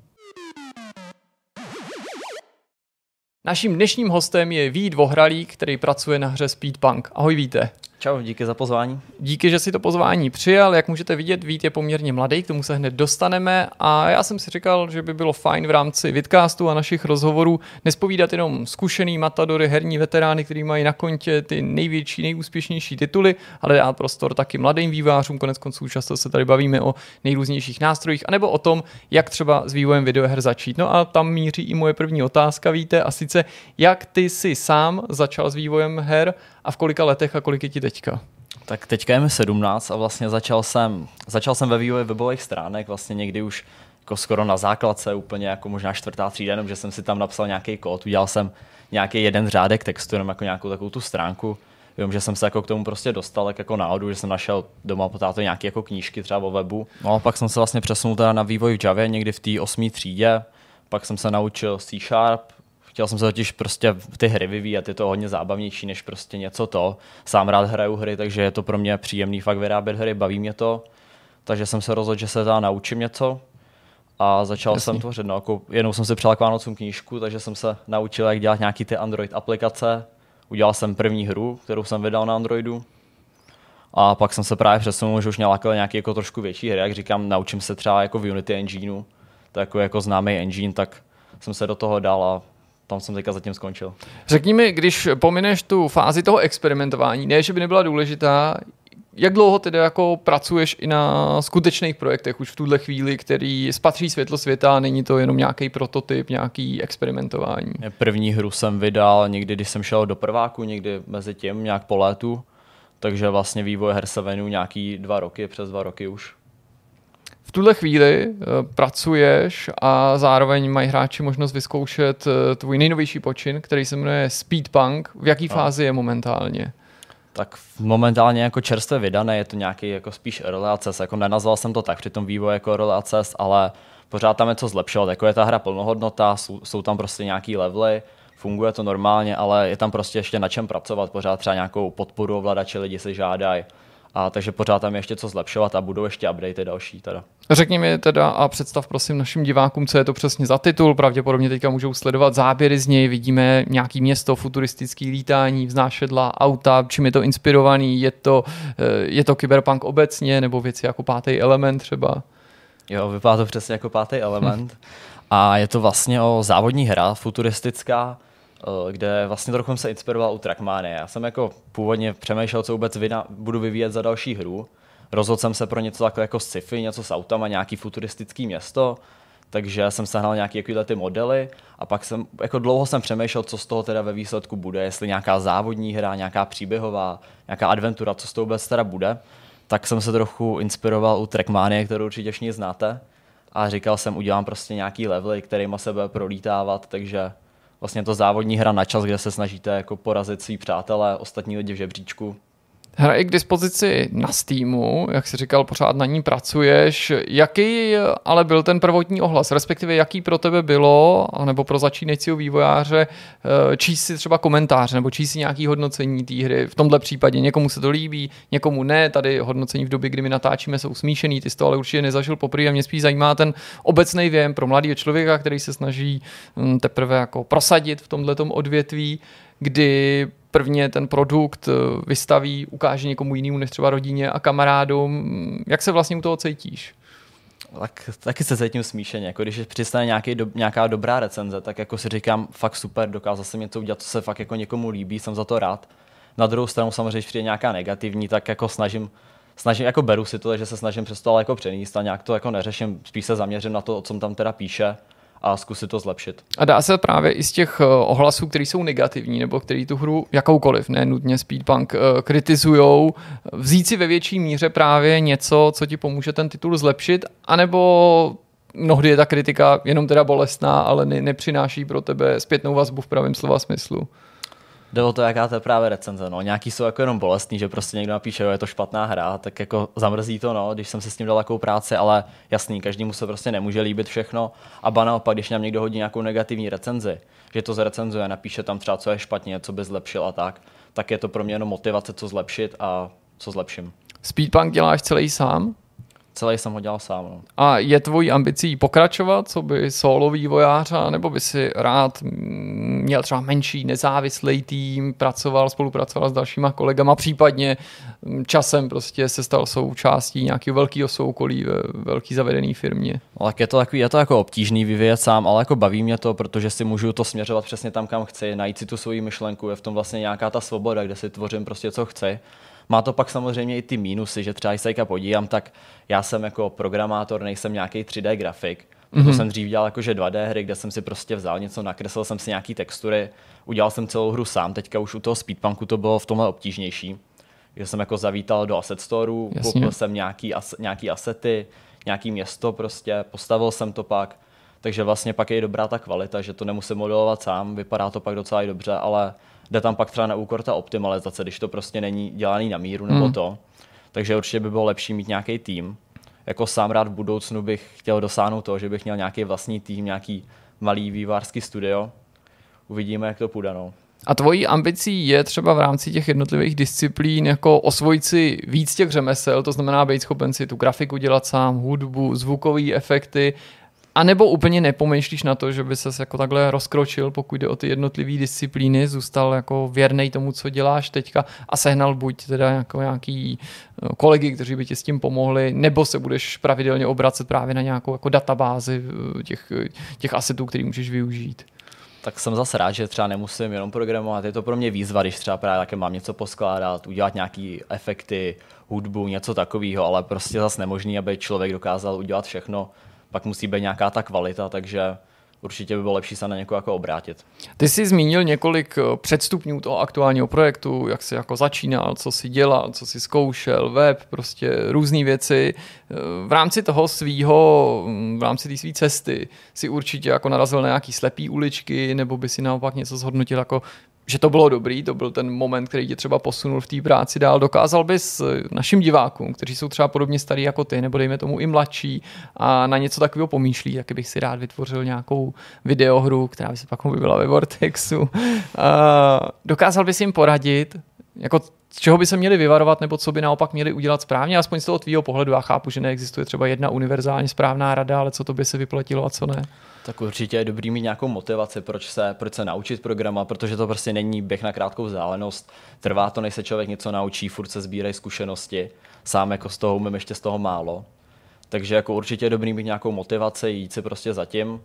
S1: Naším dnešním hostem je Vít Vohralík, který pracuje na hře Speedpunk. Ahoj Víte.
S4: Čau, díky za pozvání.
S1: Díky, že si to pozvání přijal. Jak můžete vidět, Vít je poměrně mladý, k tomu se hned dostaneme a já jsem si říkal, že by bylo fajn v rámci vidcastu a našich rozhovorů nespovídat jenom zkušený matadory, herní veterány, kteří mají na kontě ty největší, nejúspěšnější tituly, ale dát prostor taky mladým vývojářům. Koneckonců často se tady bavíme o nejrůznějších nástrojích, anebo o tom, jak třeba s vývojem videoher začít. No a tam míří i moje první otázka, Víte, a sice jak ty jsi sám začal s vývojem her a v kolika letech a kolik je ti teďka?
S4: Tak teďka je mi 17 a vlastně začal jsem ve vývoji webových stránek vlastně někdy už jako skoro na základce, úplně jako možná 4. třída, jenom že jsem si tam napsal nějaký kód, udělal jsem nějaký jeden řádek textu, jenom jako nějakou takovou tu stránku. Vím, že jsem se jako k tomu prostě dostal tak jako náhodou, že jsem našel doma po táto nějaké jako knížky třeba o webu. No a pak jsem se vlastně přesunul teda na vývoj v Javě někdy v té 8. třídě, pak jsem se naučil C#, chtěl jsem se totiž prostě ty hry vyvíjet, je to hodně zábavnější než prostě něco to. Sám rád hraju hry, takže je to pro mě příjemný fakt vyrábět hry, baví mě to. Takže jsem se rozhodl, že se teda naučím něco a začal jsem tvořit. No, jako jednou jsem si přál k Vánocům knížku, takže jsem se naučil, jak dělat nějaký ty Android aplikace. Udělal jsem první hru, kterou jsem vydal na Androidu. A pak jsem se právě přesunul, že už mě lákal nějaký jako trošku větší hry, jak říkám, naučím se třeba jako v Unity engineu, to je jako známý engine, tak jsem se do toho dal a tam jsem teďka zatím skončil.
S1: Řekni mi, když pomineš tu fázi toho experimentování, ne, že by nebyla důležitá, Jak dlouho tedy jako pracuješ i na skutečných projektech už v tuhle chvíli, který spatří světlo světa a není to jenom nějaký prototyp, nějaký experimentování?
S4: První hru jsem vydal někdy, když jsem šel do prváku, někdy mezi tím, nějak po létu, takže vlastně vývoj her se věnuju nějaký 2 roky, přes 2 roky už.
S1: V tuhle chvíli pracuješ a zároveň mají hráči možnost vyzkoušet tvůj nejnovější počin, který se jmenuje Speedpunk. V jaký fázi je momentálně?
S4: Tak momentálně jako čerstvě vydané, je to nějaký jako spíš early access, jako nenazval jsem to tak při tom vývoji jako early access, ale pořád tam je co zlepšovat, jako je ta hra plnohodnota, jsou tam prostě nějaký levely, funguje to normálně, ale je tam prostě ještě na čem pracovat, pořád třeba nějakou podporu ovladače lidi si žádají. A takže pořád tam je ještě co zlepšovat a budou ještě updaty další teda.
S1: Řekni mi teda a představ prosím našim divákům, co je to přesně za titul. Pravděpodobně teďka můžou sledovat záběry z něj, vidíme nějaký město, futuristický lítání, vznášedla, auta, čím je to inspirovaný, je to Cyberpunk obecně, nebo věci jako Pátý element třeba?
S4: Jo, vypadá to přesně jako Pátý element. A je to vlastně o závodní hra, futuristická, kde vlastně trochu se inspiroval u Trackmania. Já jsem jako původně přemýšlel, co vůbec budu vyvíjet za další hru. Rozhodl jsem se pro něco takové jako sci-fi, něco s autama, nějaký futuristický město, takže jsem sehnal nějaké ty modely a pak jako dlouho jsem přemýšlel, co z toho teda ve výsledku bude, jestli nějaká závodní hra, nějaká příběhová, nějaká adventura, co z toho vůbec teda bude. Tak jsem se trochu inspiroval u Trackmania, kterou určitě všichni znáte, a říkal jsem, udělám prostě nějaký levely, kterýma se bude prolítávat, takže vlastně to závodní hra na čas, kde se snažíte jako porazit svý přátelé, ostatní lidi v žebříčku.
S1: Hra je k dispozici na Steamu, jak jsi říkal, pořád na ní pracuješ. Jaký ale byl ten prvotní ohlas, respektive jaký pro tebe bylo, nebo pro začínajícího vývojáře, číst si třeba komentáře, nebo číst si nějaký hodnocení té hry? V tomhle případě někomu se to líbí, někomu ne, tady hodnocení v době, kdy my natáčíme, jsou smíšený, ty jsi to ale určitě nezažil poprvé a mě spíš zajímá ten obecný věm pro mladého člověka, který se snaží teprve jako prosadit v tomhletom odvětví, kdy prvně ten produkt vystaví, ukáže někomu jinému než třeba rodině a kamarádům. Jak se vlastně u toho cítíš?
S4: Taky se cítím smíšeně. Jako když přistane nějaká dobrá recenze, tak jako si říkám, fakt super, dokázal jsem něco udělat, co se fakt jako někomu líbí, jsem za to rád. Na druhou stranu samozřejmě, když přijde nějaká negativní, tak jako snažím, jako beru si to, že se snažím přes to ale jako přenést a nějak to jako neřeším, spíš se zaměřím na to, o čem tam teda píše, a zkusit to zlepšit.
S1: A dá se právě i z těch ohlasů, které jsou negativní, nebo který tu hru jakoukoliv, ne nutně Speedpunk, kritizujou, vzít si ve větší míře právě něco, co ti pomůže ten titul zlepšit, anebo mnohdy je ta kritika jenom teda bolestná, ale nepřináší pro tebe zpětnou vazbu v pravém slova smyslu?
S4: Jde o to, jaká to je právě recenze. No. Nějaký jsou jako jenom bolestný, že prostě někdo napíše, že je to špatná hra, tak jako zamrzí to, no, když jsem si s tím dal takovou práci, ale jasný, každému se prostě nemůže líbit všechno. A ba naopak, když nám někdo hodí nějakou negativní recenzi, že to zrecenzuje, napíše tam třeba, co je špatně, co by zlepšil a tak je to pro mě jenom motivace, co zlepšit a co zlepším. Speedpunk
S1: děláš celý sám?
S4: Celý jsem ho dělal sám. No.
S1: A je tvojí ambicí pokračovat, co by solo vývojář, nebo by si rád měl třeba menší nezávislý tým, spolupracoval s dalšíma kolegama, případně časem prostě se stal součástí nějakého velkého soukolí ve velký zavedený firmě?
S4: No, tak je to jako obtížný vyvíjet sám, ale jako baví mě to, protože si můžu to směřovat přesně tam, kam chci, najít si tu svoji myšlenku, je v tom vlastně nějaká ta svoboda, kde si tvořím prostě co chci. Má to pak samozřejmě i ty mínusy, že třeba když se podívám, tak já jsem jako programátor, nejsem nějaký 3D grafik. To jsem dřív dělal jakože 2D hry, kde jsem si prostě vzal něco, nakreslil jsem si nějaký textury, udělal jsem celou hru sám. Teďka už u toho Speedpunku to bylo v tomhle obtížnější. Že jsem jako zavítal do asset storeu, koupil jsem nějaký asety, nějaký město prostě, postavil jsem to pak. Takže vlastně pak je dobrá ta kvalita, že to nemusím modelovat sám, vypadá to pak docela i dobře, ale jde tam pak třeba na úkor ta optimalizace, když to prostě není dělaný na míru nebo to. Takže určitě by bylo lepší mít nějaký tým. Jako sám rád v budoucnu bych chtěl dosáhnout toho, že bych měl nějaký vlastní tým, nějaký malý vývojářský studio. Uvidíme, jak to půjde. No.
S1: A tvojí ambicí je třeba v rámci těch jednotlivých disciplín jako osvojit si víc těch řemesel, to znamená být schopen si tu grafiku dělat sám, hudbu, zvukové efekty, a nebo úplně nepomýšlíš na to, že by ses jako takhle rozkročil, pokud jde o ty jednotlivé disciplíny, zůstal jako věrnej tomu, co děláš teďka a sehnal buď teda jako nějaký kolegy, kteří by ti s tím pomohli, nebo se budeš pravidelně obracet právě na nějakou jako databázi těch asetů, který můžeš využít?
S4: Tak jsem zase rád, že třeba nemusím jenom programovat. Je to pro mě výzva, když třeba právě také mám něco poskládat, udělat nějaký efekty, hudbu, něco takového, ale prostě zase nemožný, aby člověk dokázal udělat všechno. Pak musí být nějaká ta kvalita, takže určitě by bylo lepší se na někoho jako obrátit.
S1: Ty jsi zmínil několik předstupňů toho aktuálního projektu, jak jsi jako začínal, co jsi dělal, co jsi zkoušel, web, prostě různé věci. V rámci toho v rámci té své cesty si určitě jako narazil na nějaký slepý uličky, nebo by si naopak něco zhodnotil jako že to bylo dobrý, to byl ten moment, který tě třeba posunul v té práci dál. Dokázal bys našim divákům, kteří jsou třeba podobně starí jako ty, nebo dejme tomu i mladší a na něco takového pomýšlí, jak bych si rád vytvořil nějakou videohru, která by se pak objevila ve Vortexu. Dokázal bys jim poradit, jako z čeho by se měli vyvarovat, nebo co by naopak měli udělat správně, aspoň z toho tvýho pohledu. Já chápu, že neexistuje třeba jedna univerzálně správná rada, ale co to by se vyplatilo a co ne.
S4: Tak určitě je dobrý mít nějakou motivaci, proč se naučit programa, protože to prostě není běh na krátkou vzdálenost. Trvá to, než se člověk něco naučí, furt se sbírají zkušenosti. Sám jako z toho umím ještě z toho málo. Takže jako určitě je dobrý mít nějakou motivaci, jít si prostě za tím.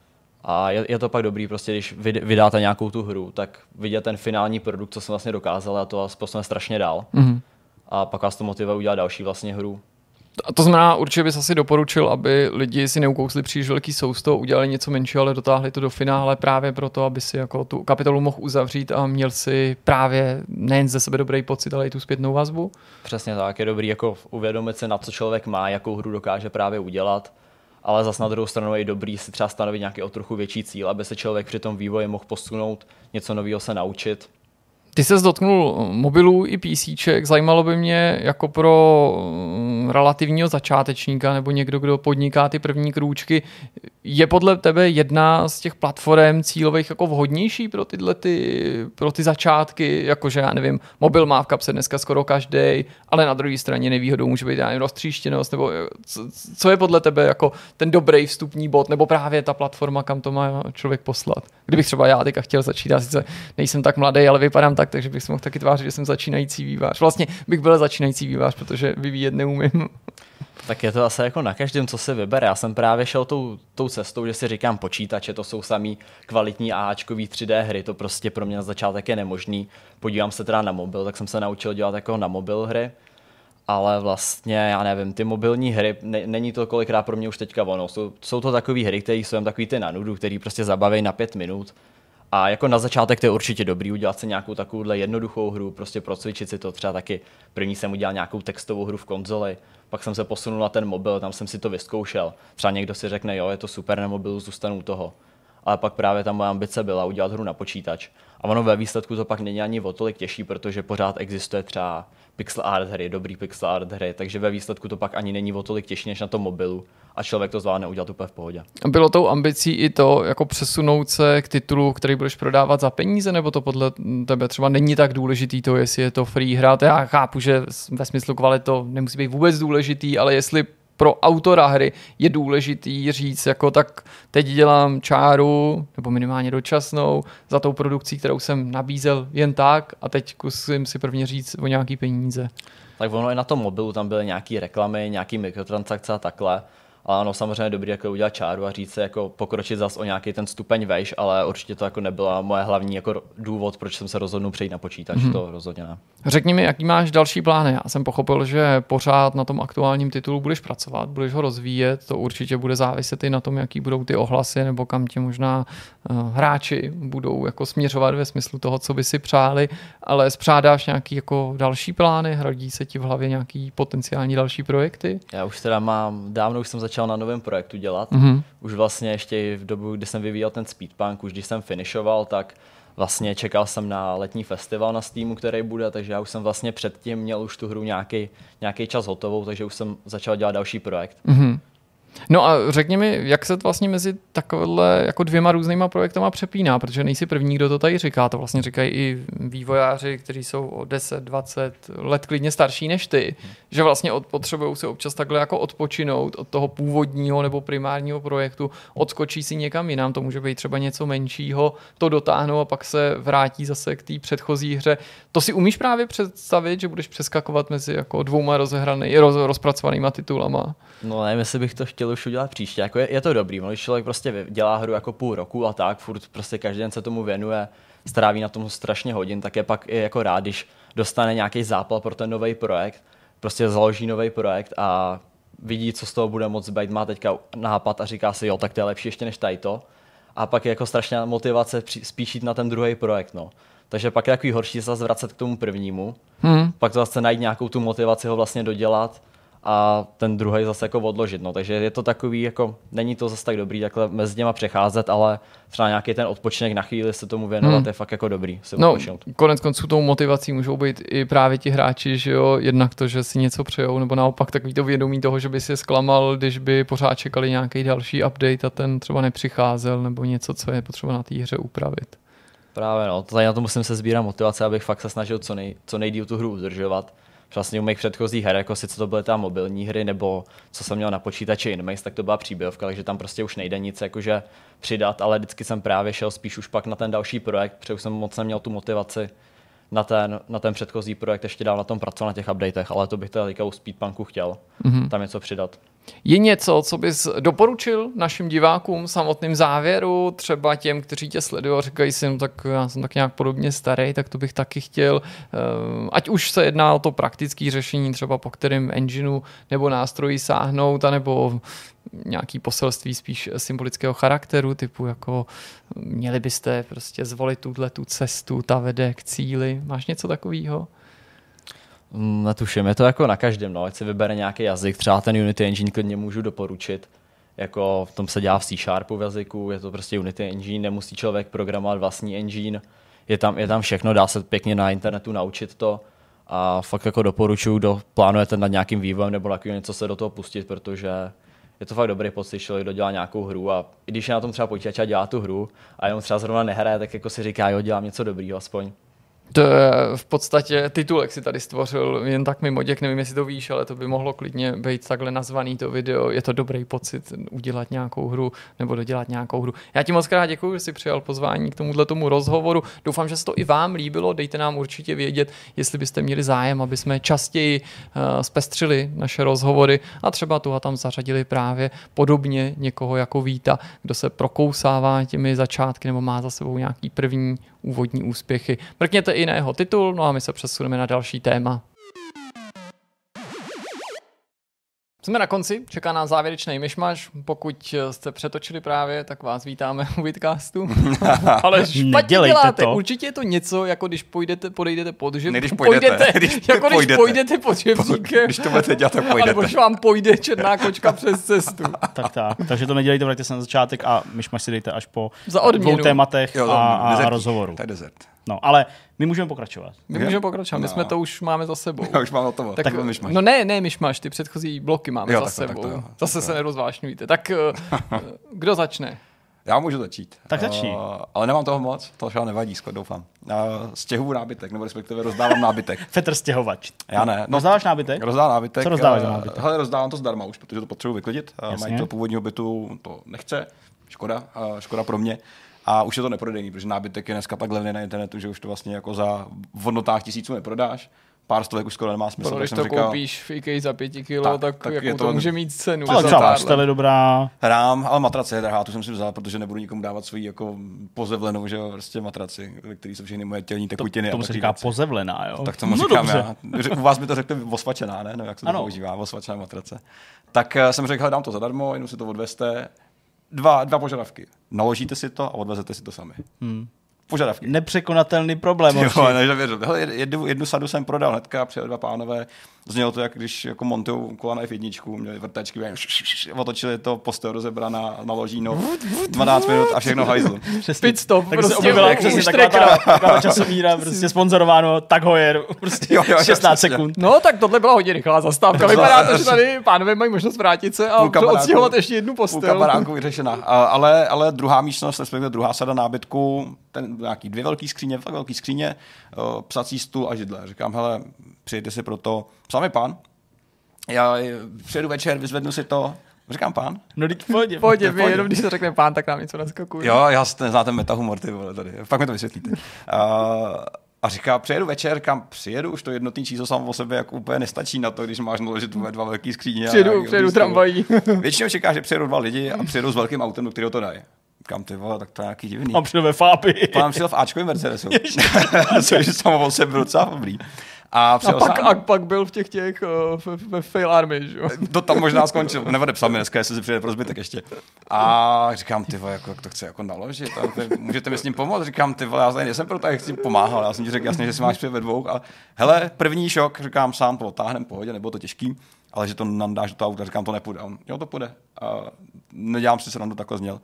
S4: A je to pak dobrý, prostě, když vydáte nějakou tu hru, tak vidět ten finální produkt, co jsem vlastně dokázal, a to vás posune strašně dál. Mm-hmm. A pak vás to motivuje udělat další vlastně hru.
S1: A to znamená, určitě bys asi doporučil, aby lidi si neukousli příliš velký sousto, udělali něco menšího, ale dotáhli to do finále právě proto, aby si jako tu kapitolu mohl uzavřít a měl si právě nejen ze sebe dobrý pocit, ale i tu zpětnou vazbu.
S4: Přesně tak, je dobrý jako uvědomit si, na co člověk má, jakou hru dokáže právě udělat, ale zas na druhou stranu je dobrý si třeba stanovit nějaký o trochu větší cíl, aby se člověk při tom vývoji mohl posunout, něco nového se naučit.
S1: Ty ses dotknul mobilů i PCček, zajímalo by mě jako pro relativního začátečníka nebo někdo, kdo podniká ty první krůčky, je podle tebe jedna z těch platform cílových jako vhodnější pro ty začátky, jakože já nevím, mobil má v kapse dneska skoro každý, ale na druhé straně nevýhodou může být roztříštěnost, nebo co je podle tebe jako ten dobrý vstupní bod, nebo právě ta platforma, kam to má člověk poslat. Kdybych třeba já teďka chtěl začít, já sice nejsem tak mladý, ale vypadám tak, takže bych si mohl taky tvářit, že jsem začínající vývojář. Vlastně bych byl začínající vývojář, protože vyvíjet neumím.
S4: Tak je to asi jako na každém, co se vybere. Já jsem právě šel tou cestou, že si říkám počítače, to jsou samý kvalitní AAčkový 3D hry, to prostě pro mě na začátek je nemožný. Podívám se teda na mobil, tak jsem se naučil dělat jako na mobil hry, ale vlastně, já nevím, ty mobilní hry, není to kolikrát pro mě už teďka ono. Jsou to takové hry, které jsou takový ty na nudu, který prostě zabaví na 5 minut. A jako na začátek to je určitě dobrý udělat si nějakou takovouhle jednoduchou hru, prostě procvičit si to. Třeba taky první jsem udělal nějakou textovou hru v konzoli, pak jsem se posunul na ten mobil, tam jsem si to vyzkoušel. Třeba někdo si řekne, jo, je to super na mobilu, zůstanu u toho. Ale pak právě ta moje ambice byla udělat hru na počítač. A ono ve výsledku to pak není ani o tolik těžší, protože pořád existuje třeba pixel art hry, dobrý pixel art hry, takže ve výsledku to pak ani není o tolik těžší než na tom mobilu a člověk to zvládne udělat úplně v pohodě.
S1: Bylo tou ambicí i to, jako přesunout se k titulu, který budeš prodávat za peníze, nebo to podle tebe třeba není tak důležitý to, jestli je to free hra? Já chápu, že ve smyslu kvality to nemusí být vůbec důležitý, ale jestli pro autora hry je důležitý říct, jako tak teď dělám čáru, nebo minimálně dočasnou, za tou produkcí, kterou jsem nabízel jen tak a teď zkusím si prvně říct o nějaký peníze.
S4: Tak ono i na tom mobilu, tam byly nějaký reklamy, nějaký mikrotransakce a takhle. Ale ano, samozřejmě je dobrý jako udělat čáru a říct se, jako pokročit zas o nějaký ten stupeň vejš, ale určitě to jako nebyla moje hlavní jako důvod, proč jsem se rozhodnul přejít na počítač, to rozhodně ne.
S1: Řekni mi, jaký máš další plány? Já jsem pochopil, že pořád na tom aktuálním titulu budeš pracovat, budeš ho rozvíjet, to určitě bude záviset i na tom, jaký budou ty ohlasy, nebo kam tě možná hráči budou jako směřovat ve smyslu toho, co by si přáli, ale spřádáš nějaký jako další plány, hrodí se ti v hlavě nějaký potenciální další projekty?
S4: Já už teda dávno už jsem začal na novém projektu dělat. Už vlastně ještě v dobu, kdy jsem vyvíjel ten Speedpunk, už když jsem finishoval, tak vlastně čekal jsem na letní festival na Steamu, který bude, takže já už jsem vlastně předtím měl už tu hru nějaký čas hotovou, takže už jsem začal dělat další projekt.
S1: No a řekni mi, jak se to vlastně mezi takovéhle jako dvěma různýma projektama přepíná, protože nejsi první, kdo to tady říká, to vlastně říkají i vývojáři, kteří jsou o 10, 20 let klidně starší než ty, že vlastně potřebují se občas takhle jako odpočinout od toho původního nebo primárního projektu, odskočí si někam jinam, to může být třeba něco menšího, to dotáhnou a pak se vrátí zase k té předchozí hře. To si umíš právě představit, že budeš přeskakovat mezi jako dvouma rozpracovanýma titulama?
S4: No nevím, jestli bych to chtěl chtěl už udělat příště. Jako je to dobrý, když člověk prostě dělá hru jako půl roku a tak, furt prostě každý den se tomu věnuje, stráví na tom strašně hodin, tak je pak i jako rád, když dostane nějaký zápal pro ten nový projekt, prostě založí nový projekt a vidí, co z toho bude moc být, má teďka nápad a říká si, jo, tak to je lepší ještě než tajto. A pak je jako strašná motivace spíš jít na ten druhý projekt, no. Takže pak je takový horší se zvracet k tomu prvnímu, pak to zase najít nějakou tu motivaci ho vlastně dodělat a ten druhý zase jako odložit, no. Takže je to takový, jako není to zase tak dobrý takhle mezi něma přecházet, ale třeba nějaký ten odpočinek na chvíli se tomu věnovat je fakt jako dobrý.
S1: Konec konců tou motivací můžou být i právě ti hráči, že jo, jednak to, že si něco přejou, nebo naopak takový to vědomí toho, že by si je zklamal, když by pořád čekali nějaký další update a ten třeba nepřicházel, nebo něco, co je potřeba na té hře upravit.
S4: Právě no, tady na to musím se sbírat motivace, abych fakt se snažil co nejdýl tu hru udržovat. Vlastně u mých předchozích her, jako sice to byly tam mobilní hry, nebo co jsem měl na počítači InMaze, tak to byla příběhovka, takže tam prostě už nejde nic jakože přidat, ale vždycky jsem právě šel spíš už pak na ten další projekt, protože už jsem moc neměl tu motivaci na ten předchozí projekt ještě dál na tom pracovat na těch updatech, ale to bych teda teďka u Speedpunku chtěl tam něco přidat.
S1: Je něco, co bys doporučil našim divákům samotným závěru, třeba těm, kteří tě sledují a říkají si, no tak já jsem tak nějak podobně starý, tak to bych taky chtěl. Ať už se jedná o to praktické řešení, třeba po kterém engineu nebo nástroji sáhnout, anebo nějaký poselství spíš symbolického charakteru, typu jako měli byste prostě zvolit tu cestu, ta vede k cíli. Máš něco takového?
S4: Netuším, je to jako na každém, no, ať si vybere nějaký jazyk, třeba ten Unity Engine klidně můžu doporučit, jako v tom se dělá v C# v jazyku, je to prostě Unity Engine, nemusí člověk programovat vlastní engine, je tam všechno, dá se pěkně na internetu naučit to a fakt jako doporučuji, kdo plánujete nad nějakým vývojem nebo takový něco se do toho pustit, protože je to fakt dobrý pocit, člověk dodělá nějakou hru a i když je na tom třeba počítač a dělá tu hru a jenom třeba zrovna nehraje, tak jako si říká, jo, dělám něco dobrýho aspoň.
S1: To je v podstatě titulek si tady stvořil, jen tak mimo děk, nevím, jestli to víš, ale to by mohlo klidně být takhle nazvaný to video. Je to dobrý pocit udělat nějakou hru nebo dodělat nějakou hru. Já ti moc krát děkuji, že jsi přijal pozvání k tomu rozhovoru. Doufám, že se to i vám líbilo. Dejte nám určitě vědět, jestli byste měli zájem, aby jsme častěji zpestřili naše rozhovory a třeba tu a tam zařadili právě podobně někoho jako Víta, kdo se prokousává těmi začátky nebo má za sebou nějaký první úvodní úspěchy. Mrkněte i na jeho titul, no a my se přesuneme na další téma. Jsme na konci, čeká nás závěrečný myšmaš. Pokud jste přetočili právě, tak vás vítáme u Vidcastu. Ale špatně děláte. To. Určitě je to něco, jako když podejdete pod žebříkem. Když pojdete pod žebříkem.
S2: Když to budete dělat, tak pojdete.
S1: Nebo když vám pojde černá kočka přes cestu.
S3: Tak. Takže to nedělejte, vraťte se na začátek a myšmaš si dejte až po 2 tématech a rozhovoru.
S2: To je desert.
S3: No, ale my můžeme pokračovat.
S1: My jsme to už máme za sebou.
S2: Já už mám to. Tak myšmaš.
S1: No ne myšmaš, ty předchozí bloky máme za sebou. Zase se nerozvášňujte. Tak kdo začne?
S2: Já můžu začít.
S3: Tak začni.
S2: Ale nemám toho moc, to třeba nevadí, doufám. Stěhuju nábytek, nebo respektive rozdávám nábytek.
S3: Petr stěhovač.
S2: Já ne.
S3: No, rozdáváš nábytek?
S2: Rozdávám nábytek.
S3: Co rozdáváš za nábytek?
S2: Hele, rozdávám to zdarma už, protože to potřebuji vyklidit. Majitel původního bytu to nechce. Škoda pro mě. A už je to neprodejný, protože nábytek je dneska tak levný na internetu, že už to vlastně jako za hodnotách tisíců neprodáš. Pár stovek už skoro nemá smysl.
S1: Když to koupíš v IKEA za 5 kilo, tak jako to může mít cenu.
S3: Ale třeba postele dobrá.
S2: Rám, ale matrace je drahá, tu jsem si vzal, protože nebudu nikomu dávat svoji jako pozevlenou, že jo, prostě matraci, ve který jsou všechny moje tělní tekutiny.
S3: Tomu se říká pozevlená, jo?
S2: Tak tomu říkám já. U vás by to řekli osvačená, ne? No, jak se to používá, osvačená matrace. Tak jsem řekl, dám to zadarmo, jenom si to odvezte. Dva požadavky. Naložíte si to a odvezete si to sami. Požadavky.
S3: Nepřekonatelný problém.
S2: Jednu sadu jsem prodal hnedka, přijeli 2 pánové. Znělo to, jak když jako montujou kola na F1, měli vrtačky, otočili to, postel rozebraná, naložíno, 12 minut a všechno hajzl.
S1: Pit stop,
S3: tak prostě se objevila přesně taková časomíra, prostě sponzorováno, tak hojer, prostě 16 sekund.
S1: No, tak tohle byla hodně rychlá zastávka. Vypadá to, že tady pánové mají možnost vrátit se a odstěhovat ještě jednu postel.
S2: Půlka baránku vyřešená. Ale druhá místnost, respektive druhá sada nábytku, nějaký 2 velký skříně, psací stůl a židle. Říkám, hele, přijďte si pro to. Psal mi pán. Já přijedu večer, vyzvednu si to. Říkám pán.
S3: No teď pojď,
S1: jenom když se řekne pán, tak nám něco naskakuje.
S2: Jo, já neznáte metahumor, ty vole, tady. Fakt mi to vysvětlíte. A říká, přijedu večer, kam přijedu, už to jednotný číslo samo o sobě jako úplně nestačí na to, když máš naložit dva velký skříně.
S1: Přijedu tramvají.
S2: Většinou čeká, že přijedou 2 lidi a přijedou s velkým autem, do kterého to dají. Kam ty vole, tak to je nějaký divný.
S3: Mám přijel ve Fáby.
S2: Mám přijel v Ačkovém Mercedesu. Což samo o sobě bylo docela dobrý. A
S1: pak byl v těch ve Fail Army, že jo?
S2: To tam možná skončil. Neodepsal mi dneska, jestli si přijde pro zbytek ještě. A říkám, ty vole, jak to chci jako naložit. Můžete mi s ním pomoct? Říkám, ty vole, já tady nejsem pro to, jak chci pomáhal. Já jsem ti řekl jasně, že si máš přijet ve 2. A hele, první šok, říkám, sám to otáhnem, pohodě, nebylo to těžký, ale že to nám dáš do toho auta, říkám, to nepůjde. Jo, to půjde. A nedělám si srandu, takhle zněl.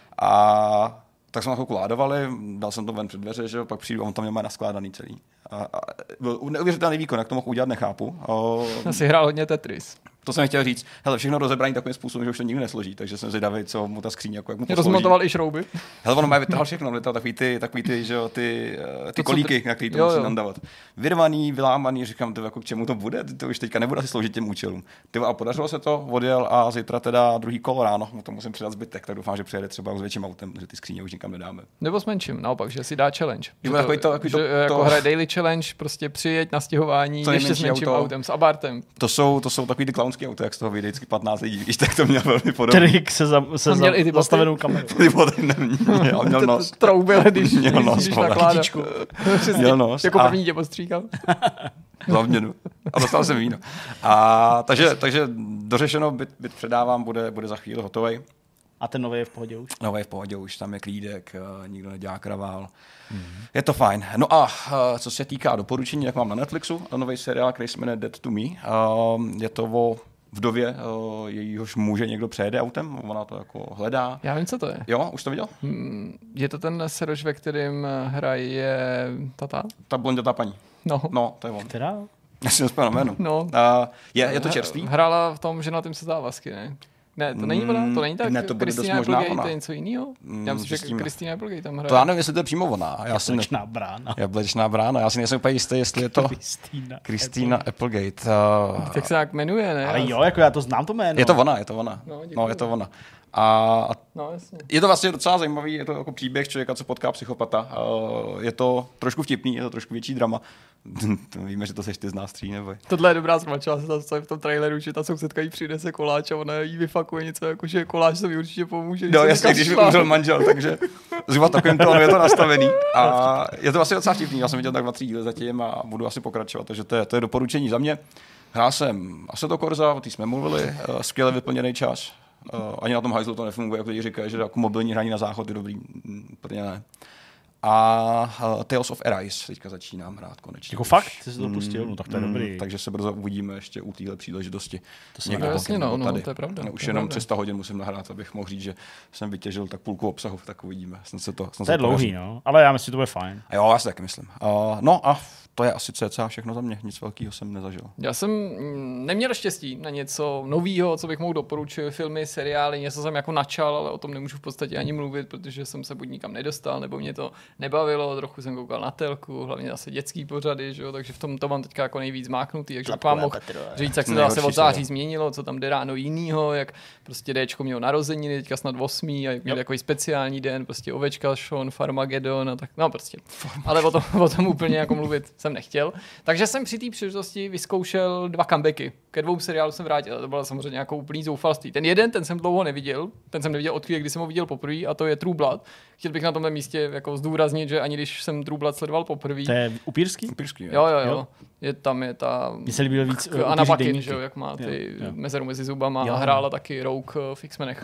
S2: A tak jsme na chvilku ládovali, dal jsem to ven před dveře, že pak přijdu, on tam měl naskládaný celý. A byl neuvěřitelný výkon, jak to mohl udělat, nechápu.
S1: Asi hrál hodně Tetris.
S2: To jsem chtěl říct. Hele, všechno rozebraný takovým způsobem, že už to nikdy nesloží, takže jsem zvědavý, co mu ta skříň jako jak mu poslouží.
S1: Rozmontoval i šrouby.
S2: Hele, on má vytrhal všechno, vytrhal takový ty, že jo, ty kolíky, na který to musí nandavat. Vyrvaný, vylámaný, říkám, jako k čemu to bude? To už teďka nebude asi sloužit těm účelům. A podařilo se to, odjel a zítra teda druhý kolo ráno, mu to musím přidat zbytek, tak doufám, že přijede třeba s větším autem, že ty skříně už nikam nedáme.
S1: Nebo s menším, naopak, že si dá challenge.
S2: Jako
S1: hraje daily challenge, prostě přijeď na stěhování ještě s menším autem, s abartem.
S2: To jsou takový ty klaunský auta, jak z toho vyjde vždycky 15 lidí, víš, tak to měl velmi podobný.
S3: Trik se
S1: měl i ty
S3: zastavenou kameru.
S2: Ty boty neměl, měl nos.
S1: Troubil, když
S2: nakládal. Měl nos.
S1: Jako první tě postříkal.
S2: Hlavně, a dostal jsem víno. Takže dořešeno, byt předávám, bude za chvíli hotovej.
S3: A ten nový je v pohodě už?
S2: Nový je v pohodě už, tam je klídek, nikdo nedělá kravál. Je to fajn. No a co se týká doporučení, jak mám na Netflixu, nový seriál, který se jmenuje Dead to Me. Je to o vdově, jejíhož muže někdo přejede autem, ona to jako hledá.
S1: Já vím, co to je.
S2: Jo, už to viděl?
S1: Je to ten seroš, ve kterém hraje tata?
S2: Ta blondětá paní. No, to je on.
S3: Která?
S2: Já si nespěl na jméno.
S1: No.
S2: Je to čerstvý?
S1: Hrála v tom, že na tím se závazky, ne? Ne, to není ona, to není tak.
S2: Ne, to bude dost
S1: Kristýna
S2: možná ona.
S1: To je něco jiného? Já myslím, že Kristýna Applegate tam hraje.
S2: To já nevím, jestli to je přímo ona. Jablečná brána. Já si nejsem úplně jistý, jestli je to Kristýna Applegate.
S1: Tak se tak jmenuje, ne?
S3: Ale jo, jako já to znám to jméno.
S2: Je to ona. No, je to ona. A
S1: jasně.
S2: Je to vlastně docela zajímavý, je to jako příběh člověka, co potká psychopata. Je to trošku vtipný, je to trošku větší drama. Víme, že to seš ty z nás 3, nebo?
S1: Tohle je dobrá zmlčila se v tom traileru, že ta sousedka jí přinese koláč a ona jí vyfakuje něco, jako že koláč se mi určitě pomůže.
S2: No jasně, když mi umřel manžel, takže zhruba takovým tónu je to nastavený. A je to vlastně docela vtipný, já jsem viděl tak 2-3 díly zatím a budu asi pokračovat, takže to je doporučení za mě. Hrál jsem Assetto Corsa, o té jsme mluvili, skvěle vyplněný čas. Ani na tom hajzlu to nefunguje, jak lidi říkají, že jako mobilní hraní na záchod je dobrý, úplně ne. A Tales of Arise teďka začínám hrát konečně.
S3: Jako fakt? Ty jsi to pustil? No tak to je dobrý.
S2: Takže se brzo uvidíme ještě u téhle příležitosti.
S1: To se jasně, to je pravda.
S2: Už jenom 300 hodin musím nahrát, abych mohl říct, že jsem vytěžil tak půlku obsahu, tak uvidíme.
S3: To je dlouhý, no, ale já myslím, že to bude fajn.
S2: A jo, já si taky myslím. No a to je asi cca všechno za mě, nic velkého jsem nezažil.
S1: Já jsem neměl štěstí na něco nového, co bych mohl doporučit, filmy, seriály, něco jsem jako načal, ale o tom nemůžu v podstatě ani mluvit, protože jsem se buď nikam nedostal, nebo mě to nebavilo, trochu jsem koukal na telku, hlavně zase dětský pořady, že jo, takže v tom to mám teďka jako nejvíc máknutý, takže vám mohl říct, jak se to zase od září změnilo, co tam jde ráno jinýho, jak prostě Dčko mělo narozeniny, teďka snad 8. a jak měl takový speciální den, prostě ovečka, Sean, Farmageddon a tak, no prostě. Ale o tom úplně jako mluvit jsem nechtěl. Takže jsem při té příležitosti vyzkoušel 2 comebacky. Ke 2 seriálům jsem vrátil, to bylo samozřejmě jako úplný zoufalství. Ten jeden, ten jsem dlouho neviděl, od chvíle, kdy jsem ho viděl poprvé, a to je True Blood. Chtěl bych na tomhle místě jako zdůraznit, že ani když jsem True Blood sledoval poprvé.
S3: To je upírský?
S1: Jo. Je ta
S3: mně se líbil víc
S1: Anna Paquin, že jo, jak má ty mezeru mezi zubama a hrála taky Rogue v X-menech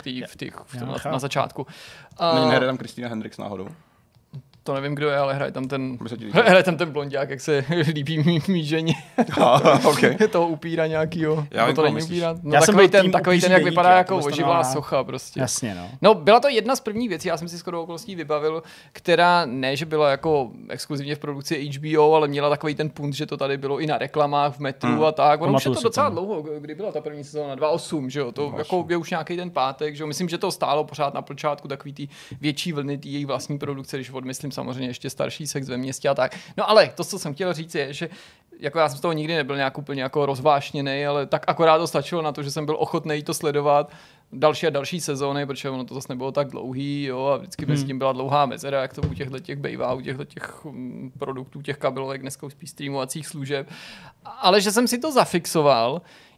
S1: na začátku.
S2: Nehraje tam Christina Hendricks náhodou?
S1: To nevím, kdo je, ale hraje tam ten blonďák, jak se líbí mý ženě.
S2: Okay.
S1: Toho upíra nějakýho.
S2: Já
S1: to není upíra. No, takový ten, jak vypadá jako oživlá socha prostě.
S3: Jasně, no.
S1: No, byla to jedna z prvních věcí, já jsem si shodou okolností vybavil, která ne, že byla jako exkluzivně v produkci HBO, ale měla takový ten punt, že to tady bylo i na reklamách v metru a tak. Ono už je to docela dlouho, kdy byla ta první sezóna, 2008, že jo. To jako je už nějaký ten pátek, že jo. Myslím, že to stálo pořád na počátku takový ty větší vlny té její vlastní produkce, když odmyslím samozřejmě ještě starší Sex ve městě a tak. No ale to, co jsem chtěl říct, je, že jako já jsem z toho nikdy nebyl nějak úplně jako rozvášněnej, ale tak akorát to stačilo na to, že jsem byl ochotný to sledovat. další a další sezóny, protože ono to zase nebylo tak dlouhý, jo, a vždycky mezi tím byla dlouhá mezera, jak to u těch bejvá, u těch produktů, těch kabelovek, dneska už spíš streamovacích služeb. Ale že jsem si to zafixoval,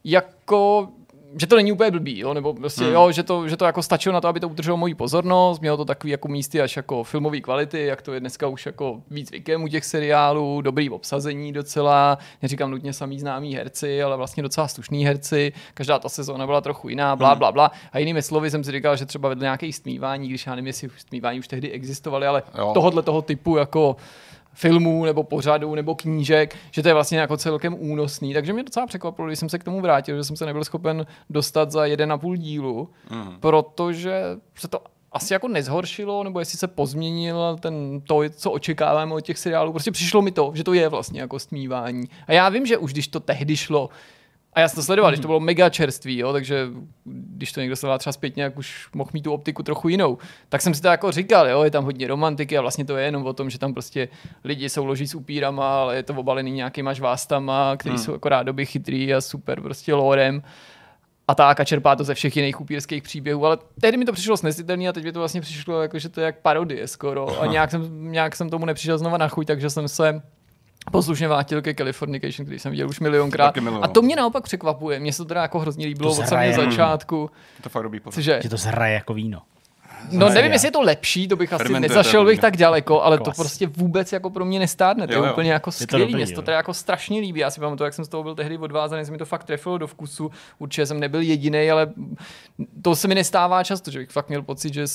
S1: jako že to není úplně blbý, jo, nebo prostě, jo, že to jako stačilo na to, aby to udrželo moji pozornost, mělo to takový jako místy až jako filmové kvality, jak to je dneska už jako víc zvykem u těch seriálů, dobrý obsazení docela, neříkám nutně samý známí herci, ale vlastně docela slušný herci, každá ta sezóna byla trochu jiná, blá, blá, blá. A jinými slovy jsem si říkal, že třeba vedle nějakých stmívání, když já nevím, jestli stmívání už tehdy existovaly, ale toho typu jako filmů nebo pořadů nebo knížek, že to je vlastně jako celkem únosný. Takže mě docela překvapilo, když jsem se k tomu vrátil, že jsem se nebyl schopen dostat za 1,5 dílu, protože se to asi jako nezhoršilo, nebo jestli se pozměnil to, co očekáváme od těch seriálů. Prostě přišlo mi to, že to je vlastně jako stmívání. A já vím, že už když to tehdy šlo, a já jsem to sledoval, když to bylo mega čerstvý, jo, takže když to někdo sledoval třeba zpětně, jak už mohl mít tu optiku trochu jinou, tak jsem si to jako říkal, jo, je tam hodně romantiky a vlastně to je jenom o tom, že tam prostě lidi souloží s upírama, ale je to obalený nějakýma žvástama, který jsou jako rádoby chytrý a super prostě lórem. A tak a čerpá to ze všech jiných upírských příběhů, ale tehdy mi to přišlo snesitelný a teď mi to vlastně přišlo jako, že to je jak parodie skoro a nějak jsem tomu nepřišel znova na chuť, takže jsem se poslušně vrátil ke Californication, který jsem viděl už milionkrát. A to mě naopak překvapuje. Mně se to teda jako hrozně líbilo od samého začátku.
S2: To fakt dobrý pocit.
S3: Že to zhraje jako víno.
S1: No nevím, jestli je to lepší, to bych asi nezašel bych tak daleko, ale to prostě vůbec jako pro mě nestárne. To je úplně jako skvělý. Mně se to teda jako strašně líbí. Já si pamatuju, jak jsem z toho byl tehdy odvázaný, že mi to fakt trefilo do vkusu. Určitě jsem nebyl jedinej, ale to se mi nestává často, že bych fakt měl pocit, že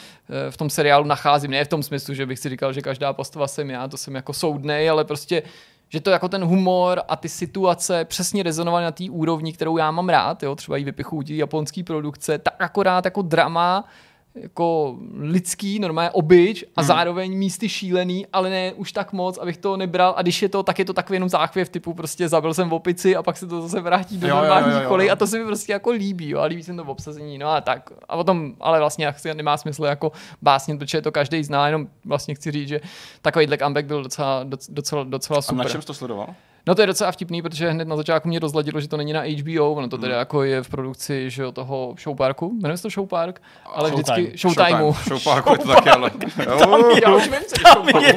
S1: v tom seriálu nacházím, ne v tom smyslu, že bych si říkal, že každá postava jsem já, to jsem jako soudnej, ale prostě že to jako ten humor a ty situace přesně rezonovaly na té úrovni, kterou já mám rád, jo, třeba i vypichu té japonské produkce, tak akorát jako drama, jako lidský, normálně obyč a zároveň místy šílený, ale ne už tak moc, abych to nebral a když je to, tak je to takový jenom záchvěv typu prostě zabil jsem v opici a pak se to zase vrátí do normálních kolej a to se mi prostě jako líbí, jo, a líbí se to v obsazení, no a tak. A potom, ale vlastně asi nemá smysl jako básně, protože to každý zná, jenom vlastně chci říct, že takovýhle comeback byl docela super.
S2: A na čem jsi to sledoval?
S1: No to je docela vtipný, protože hned na začátku mě rozladilo, že to není na HBO, ono to teda jako je v produkci, že jo, toho Show Parku, jmenuje se to Show Park, ale vždycky Showtimeu.
S2: Show Parku je to taky, ale...
S1: Já už vím, co je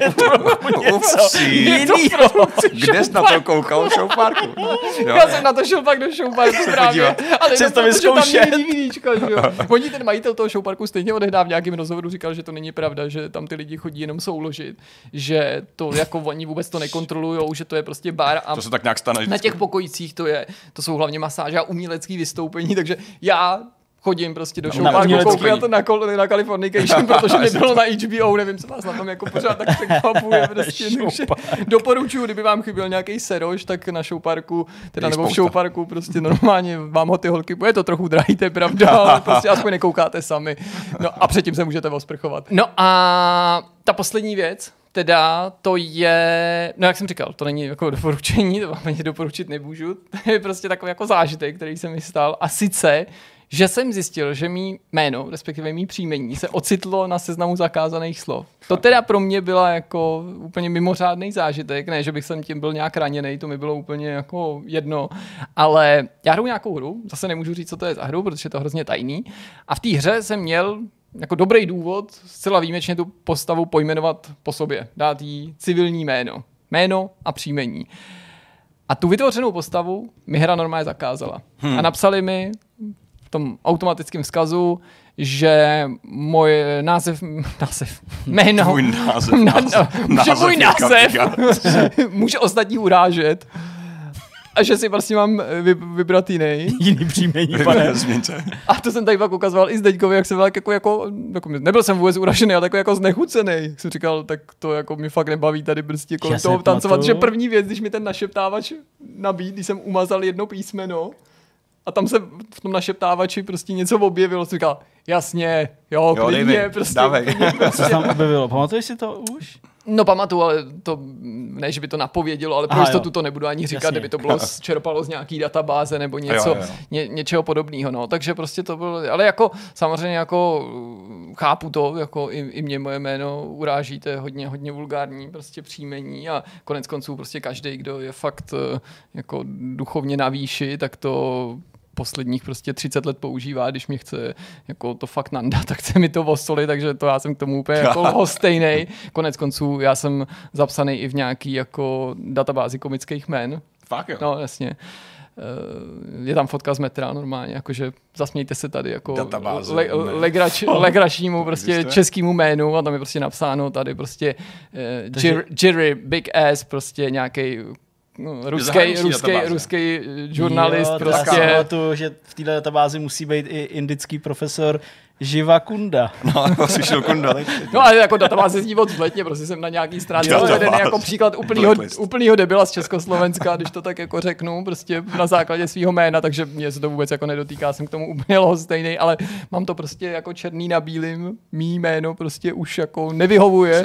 S2: něco. Kde jsi na to koukal? Show Parku.
S1: Já jsem na to šel pak do Show Parku právě. Ale
S3: jenom protože tam je
S1: DVDčka, že jo. Oni ten majitel toho Show Parku stejně odehdá v nějakém rozhovoru říkal, že to není pravda, že tam ty lidi chodí jenom souložit, že to jako oni vůbec to nekontrolujou, že to je prostě bar. A
S2: to se tak nějak stane vždycky.
S1: Na těch pokojicích to jsou hlavně masáže a umělecké vystoupení, takže já chodím prostě do Show Parku, koukám na to na Californication, protože nebylo na HBO, nevím, co vás na tom jako pořád tak překvapuje. Prostě doporučuji, kdyby vám chyběl nějaký seroš, tak na Show Parku, teda nebo v Show Parku prostě normálně vám ho ty holky, je to trochu drahý, to je pravda, ale prostě aspoň nekoukáte sami. No a předtím se můžete osprchovat. No a ta poslední věc, teda to je, no jak jsem říkal, to není jako doporučení, to vám ani doporučit nemůžu, to je prostě takový jako zážitek, který se mi stal a sice, že jsem zjistil, že mý jméno, respektive mý příjmení se ocitlo na seznamu zakázaných slov. To teda pro mě byla jako úplně mimořádný zážitek, ne, že bych jsem tím byl nějak raněnej, to mi bylo úplně jako jedno, ale já hraju nějakou hru, zase nemůžu říct, co to je za hru, protože je to hrozně tajný a v té hře jsem měl jako dobrý důvod zcela výjimečně tu postavu pojmenovat po sobě, dát jí civilní jméno a příjmení. A tu vytvořenou postavu mi hra normálně zakázala. A napsali mi v tom automatickém vzkazu, že můj jméno, můj název může ostatní urážet a že si vlastně mám vybrat jiný
S3: příjmení, pane.
S1: A to jsem tady pak ukazoval i Zdeňkovi, jak jsem jako nebyl jsem vůbec uražený, ale jako znechucený. Jak jsem říkal, tak to jako mi fakt nebaví tady prostě kolem toho tancovat, že první věc, když mi ten našeptávač nabídl, když jsem umazal jedno písmeno a tam se v tom našeptávači prostě něco objevilo, jsem říkal, jasně, jo, klidně, prostě.
S3: Co se tam objevilo, pamatuješ si to už?
S1: No pamatuju, ale to ne, že by to napovědělo, ale pro jistotu to nebudu ani říkat, kdyby to bylo čerpalo z nějaký databáze nebo něco, něčeho podobného, no. Takže prostě to bylo, ale jako samozřejmě jako chápu to, jako i mě moje jméno urážíte hodně vulgární prostě příjmení a konec konců prostě každý, kdo je fakt jako duchovně na výši, tak to posledních prostě 30 let používá, když mě chce jako to fakt nanda, tak chce mi to osolit, takže to já jsem k tomu úplně jako lhostejnej. Konec konců já jsem zapsaný i v nějaký jako databázi komických jmen.
S2: Fakt jo?
S1: No, jasně. Je tam fotka z metra normálně, jakože zasmějte se tady jako legračnímu prostě českému jménu a tam je prostě napsáno tady prostě Jerry Big Ass, prostě nějaký ruský žurnalist.
S3: Jo,
S1: prostě.
S3: Já to, že v této databázi musí být i indický profesor Živa Kunda.
S2: No, slyšel Kunda.
S1: No ale jako databáze zní moc vzletně, prostě jsem na nějaký stránce zavedený jako příklad úplnýho debila z Československa, když to tak jako řeknu, prostě na základě svého jména, takže mě se to vůbec jako nedotýká, jsem k tomu úplně lhostejnej, ale mám to prostě jako černý na bílým, mý jméno prostě už jako nevyhovuje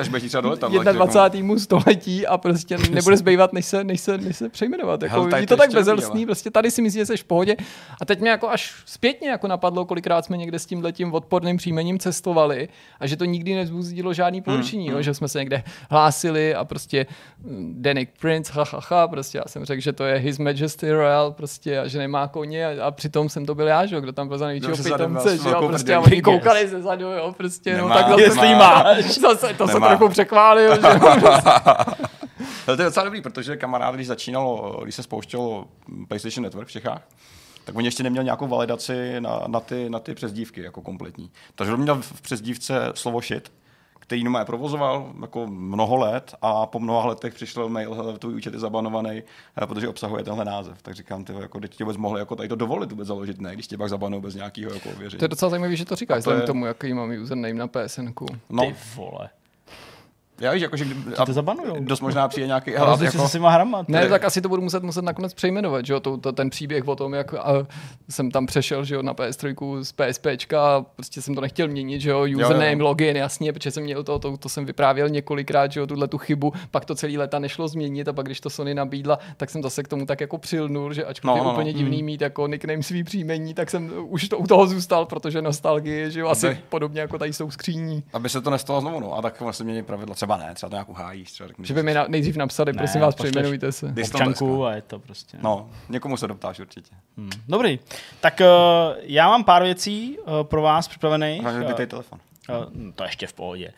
S1: 21. století a prostě nebude zbývat, než se přejmenovat. Jako, je to tak bezelstný, prostě tady si myslíš, že jsi v pohodě. A teď mě jako až zpětně jako napadlo, kolikrát jsme někde s tímhletím odporným příjmením cestovali a že to nikdy nevzbudilo žádný porušení, že jsme se někde hlásili a prostě Danik Prince, prostě já jsem řekl, že to je His Majesty Royal prostě a že nemá koně a přitom jsem to byl já, že kdo tam byl za největšího pitomce, že jo, prostě a oni koukali ze zadu, jo, prostě, no tak
S3: zase máš.
S1: Zase to se trochu překválil, že
S2: to je docela dobrý, protože kamarád, když se spouštělo PlayStation Network v Čechách, tak oni ještě neměli nějakou validaci na ty přezdívky jako kompletní. Takže on měl v přezdívce slovo shit, který jenom provozoval jako mnoho let a po mnoha letech přišel mail, hele, tvůj účet je zabanovaný, protože obsahuje tenhle název. Tak říkám, ty jako teď ti vůbec mohli jako tady to dovolit vůbec založit, ne, když tě pak zabanou bez nějakého jako ověření.
S1: To je docela zajímavé, že to říkáš, vzhledem tomu, jaký mám username na PSN-ku.
S2: No.
S3: Ty vole.
S2: Já víš, jakože
S3: to zabanujou.
S2: Dost možná přijde nějaký
S3: jako s těma hrama.
S1: Ne, tak asi to budu muset nakonec přejmenovat, že jo, ten příběh o tom, jak jsem tam přešel, že jo, na PS3 z PSPčka a prostě jsem to nechtěl měnit, že jo, username, login, jasně, protože jsem měl to jsem vyprávěl několikrát, že jo, tu chybu, pak to celý léta nešlo změnit a pak když to Sony nabídla, tak jsem zase k tomu tak jako přilnul, že ačkoliv je úplně divný mít jako nickname svý příjmení, tak jsem už u toho zůstal, protože nostalgie, že jo, asi podobně jako tady jsou skříní.
S2: Aby se to nestalo znovu, no, a tak vlastně mění pravidla třeba ne, třeba to nějakou hájíš, třeba
S1: že by mi nejdřív napsali, prosím vás, přejmenujte se.
S3: Občanku a je to prostě.
S2: No, někomu se doptáš určitě.
S3: Dobrý, tak já mám pár věcí pro vás připravených.
S2: Vytej telefon.
S3: To ještě v pohodě.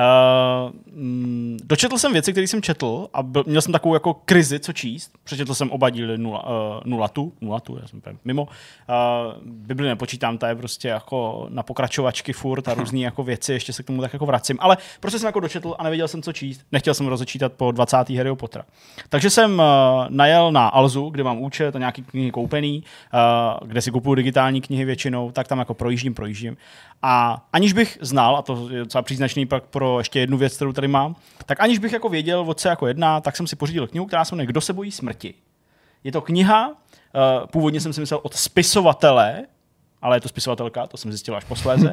S3: Dočetl jsem věci, které jsem četl a měl jsem takovou jako krizi, co číst. Přečetl jsem oba díly nulatu, já jsem mimo. Bibli nepočítám, ta je prostě jako na pokračovačky furt a různý jako věci, ještě se k tomu tak jako vracím. Ale prostě jsem jako dočetl a nevěděl jsem, co číst. Nechtěl jsem rozečítat po 20. Harryho Pottera. Takže jsem najel na Alzu, kde mám účet a nějaký knihy koupený, kde si kupuju digitální knihy většinou, tak tam jako projíždím. A aniž bych znal, a to je docela příznačný pak pro ještě jednu věc, kterou tady mám, tak aniž bych jako věděl, o co jako jedná, tak jsem si pořídil knihu, která se jmenuje Kdo se bojí smrti. Je to kniha, původně jsem si myslel od spisovatele, ale je to spisovatelka, to jsem zjistil až posléze,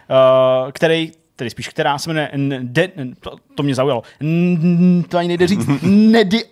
S3: která se jmenuje, to mě zaujalo, to ani nejde říct, Nedy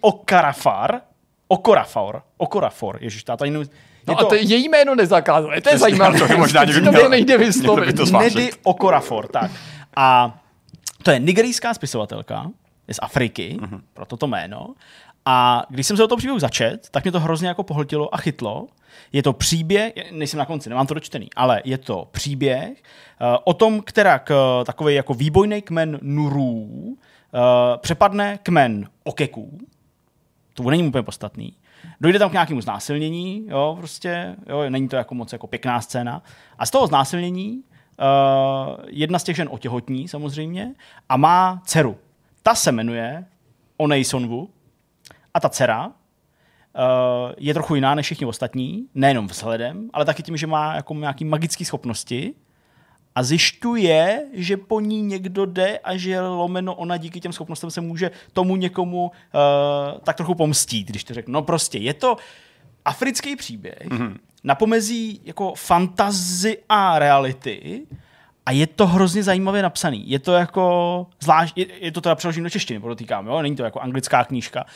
S3: Okorafor, ježiš, ta tady
S1: no a to její jméno nezakázali, to je zajímavé.
S2: To možná
S1: to nejde vyslovit.
S3: Nedy Okorafor, tak. A to je nigerijská spisovatelka, je z Afriky, proto to jméno. A když jsem se o tom příběhu začet, tak mě to hrozně jako pohltilo a chytlo. Je to příběh, nejsem na konci, nemám to dočtený, ale je to příběh o tom, kterak takový jako výbojný kmen Nurů přepadne kmen Okeků. To není úplně podstatný. Dojde tam k nějakému znásilnění, jo, prostě, jo, není to jako moc jako pěkná scéna. A z toho znásilnění jedna z těch žen otěhotní samozřejmě a má dceru. Ta se jmenuje Oneisonwu a ta dcera je trochu jiná než všichni ostatní, nejenom vzhledem, ale taky tím, že má jako nějaký magické schopnosti a zjišťuje, že po ní někdo jde a že lomeno ona díky těm schopnostem se může tomu někomu tak trochu pomstít, když to řeknu. No prostě je to africký příběh na pomezí jako fantasy a reality a je to hrozně zajímavě napsaný. Je to jako zvlášť, je to teda přeloženo do češtiny, podotýkám, jo? Není to jako anglická knížka.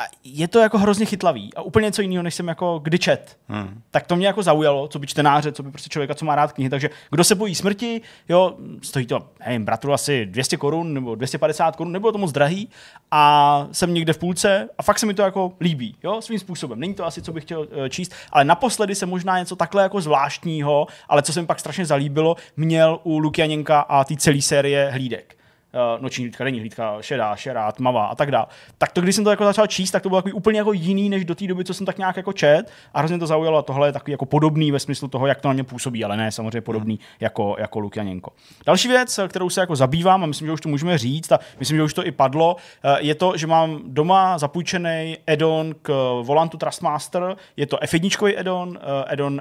S3: je to jako hrozně chytlavý a úplně něco jiného, než jsem jako kdy čet. Tak to mě jako zaujalo, co by čtenáře, co by prostě člověka, co má rád knihy. Takže kdo se bojí smrti, jo, stojí to, nevím, bratru asi 200 korun nebo 250 korun, nebylo to moc drahý a jsem někde v půlce a fakt se mi to jako líbí, jo, svým způsobem. Není to asi, co bych chtěl číst, ale naposledy se možná něco takhle jako zvláštního, ale co se mi pak strašně zalíbilo, měl u Lukianěnka a té celé série hlídek. Noční hlídka, denní hlídka, šedá, tmavá a tak dále. Tak to, když jsem to jako začal číst, tak to bylo takový úplně jako jiný, než do té doby, co jsem tak nějak jako čet a hrozně to zaujalo a tohle je takový jako podobný ve smyslu toho, jak to na mě působí, ale ne samozřejmě podobný jako Lukianěnko. Další věc, kterou se jako zabývám a myslím, že už to můžeme říct a myslím, že už to i padlo, je to, že mám doma zapůjčený add-on k volantu Trustmaster, je to F1 add-on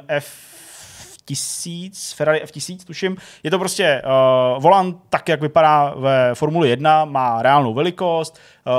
S3: Ferrari F1000, tuším. Je to prostě volant tak, jak vypadá ve Formuli 1, má reálnou velikost,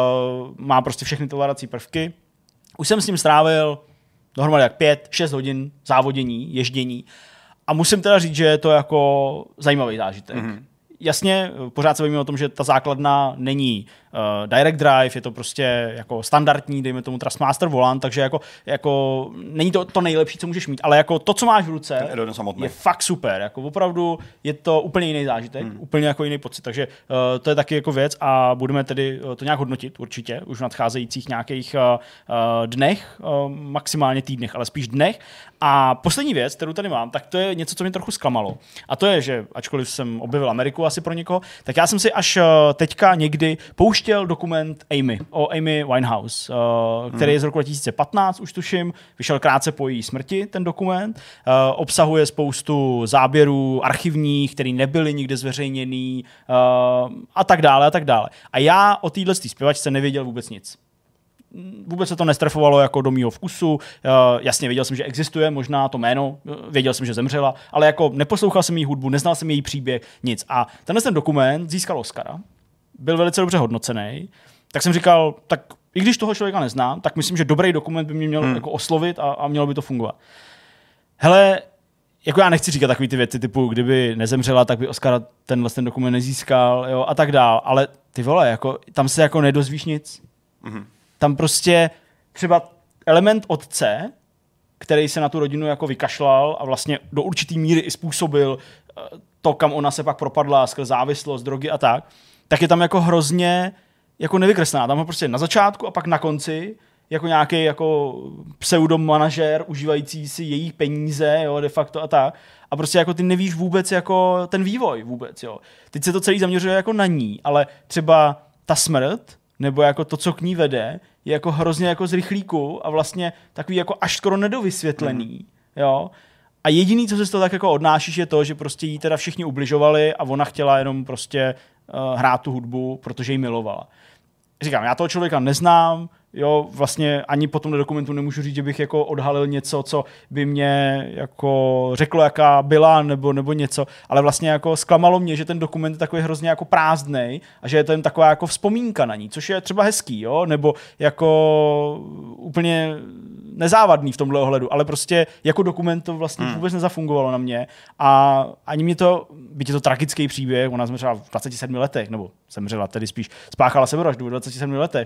S3: má prostě všechny tolerancí prvky. Už jsem s ním strávil dohromady jak 5-6 hodin závodění, ježdění a musím teda říct, že je to jako zajímavý zážitek. Jasně, pořád se bavíme o tom, že ta základna není direct drive, je to prostě jako standardní, dejme tomu Trustmaster volant, takže jako není to nejlepší, co můžeš mít, ale jako to, co máš v ruce, je fakt super, jako opravdu je to úplně jiný zážitek, úplně jako jiný pocit, takže to je taky jako věc a budeme tedy to nějak hodnotit určitě, už v nadcházejících nějakých dnech, maximálně týdnech, ale spíš dnech. A poslední věc, kterou tady mám, tak to je něco, co mě trochu zklamalo. A to je, že ačkoliv jsem objevil Ameriku asi pro někoho, tak já jsem si až teďka někdy pouštěl dokument o Amy Winehouse, který je z roku 2015, už tuším, vyšel krátce po její smrti ten dokument, obsahuje spoustu záběrů archivních, které nebyly nikde zveřejněný a tak dále a tak dále. A já o téhle zpěvačce nevěděl vůbec nic. Vůbec se to nestrefovalo jako do mýho vkusu. Jasně, věděl jsem, že existuje možná to jméno, věděl jsem, že zemřela, ale jako neposlouchal jsem její hudbu, neznal jsem její příběh, nic. A ten dokument získal Oscara, byl velice dobře hodnocený, tak jsem říkal, tak i když toho člověka neznám, tak myslím, že dobrý dokument by mě měl jako oslovit a mělo by to fungovat. Hele, jako já nechci říkat takový ty věci typu, kdyby nezemřela, tak by Oscara ten dokument nezískal, jo, a tak dál, ale ty vole, jako, tam se jako nedozvíš nic. Tam prostě třeba element otce, který se na tu rodinu jako vykašlal a vlastně do určitý míry i způsobil to, kam ona se pak propadla skrz závislost, drogy a tak je tam jako hrozně jako nevykreslená. Tam je prostě na začátku a pak na konci jako nějaký jako pseudomanažér užívající si jejich peníze, jo, de facto a tak. A prostě jako ty nevíš vůbec jako ten vývoj vůbec, jo. Teď se to celý zaměřuje jako na ní, ale třeba ta smrt nebo jako to, co k ní vede, je jako hrozně jako z rychlíku a vlastně takový jako až skoro nedovysvětlený, jo. A jediný, co se z toho tak jako odnášíš, je to, že prostě jí teda všichni ubližovali a ona chtěla jenom prostě hrát tu hudbu, protože ji milovala. Říkám, já toho člověka neznám, jo, vlastně ani po tomhle dokumentu nemůžu říct, že bych jako odhalil něco, co by mě jako řeklo, jaká byla, nebo něco, ale vlastně jako zklamalo mě, že ten dokument je takový hrozně jako prázdnej a že je to jen taková jako vzpomínka na ní, což je třeba hezký, jo, nebo jako úplně nezávadný v tomhle ohledu, ale prostě jako dokument to vlastně vůbec nezafungovalo na mě a ani mě to, byť je to tragický příběh, ona zemřela v 27 letech, nebo zemřela, tedy spíš spáchala sebevraždu v 27 letech,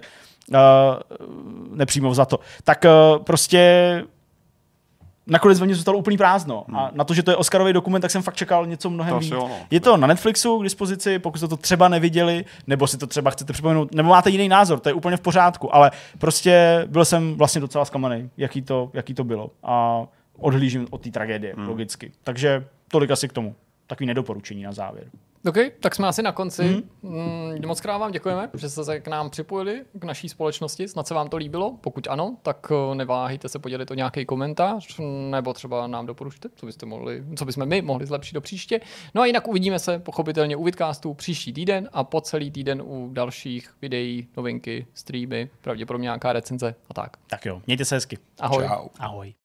S3: nepřímo za to, tak prostě nakonec ve mně zůstalo úplný prázdno. A na to, že to je Oscarový dokument, tak jsem fakt čekal něco mnohem víc. Je to na Netflixu k dispozici, pokud jste to třeba neviděli, nebo si to třeba chcete připomenout, nebo máte jiný názor, to je úplně v pořádku, ale prostě byl jsem vlastně docela zklamaný, jaký to bylo. A odhlížím od té tragédie, logicky. Takže tolik asi k tomu. Takový nedoporučení na závěr.
S1: OK, tak jsme asi na konci. Moc krát vám děkujeme, že jste se k nám připojili, k naší společnosti. Snad se vám to líbilo. Pokud ano, tak neváhejte se podělit o nějaký komentář, nebo třeba nám doporučte, co bychom my mohli zlepšit do příště. No a jinak uvidíme se pochopitelně u Vidcastu příští týden a po celý týden u dalších videí, novinky, streamy, pravděpodobně nějaká recenze a tak.
S3: Tak jo, mějte se hezky.
S1: Ahoj.
S2: Čau.
S3: Ahoj.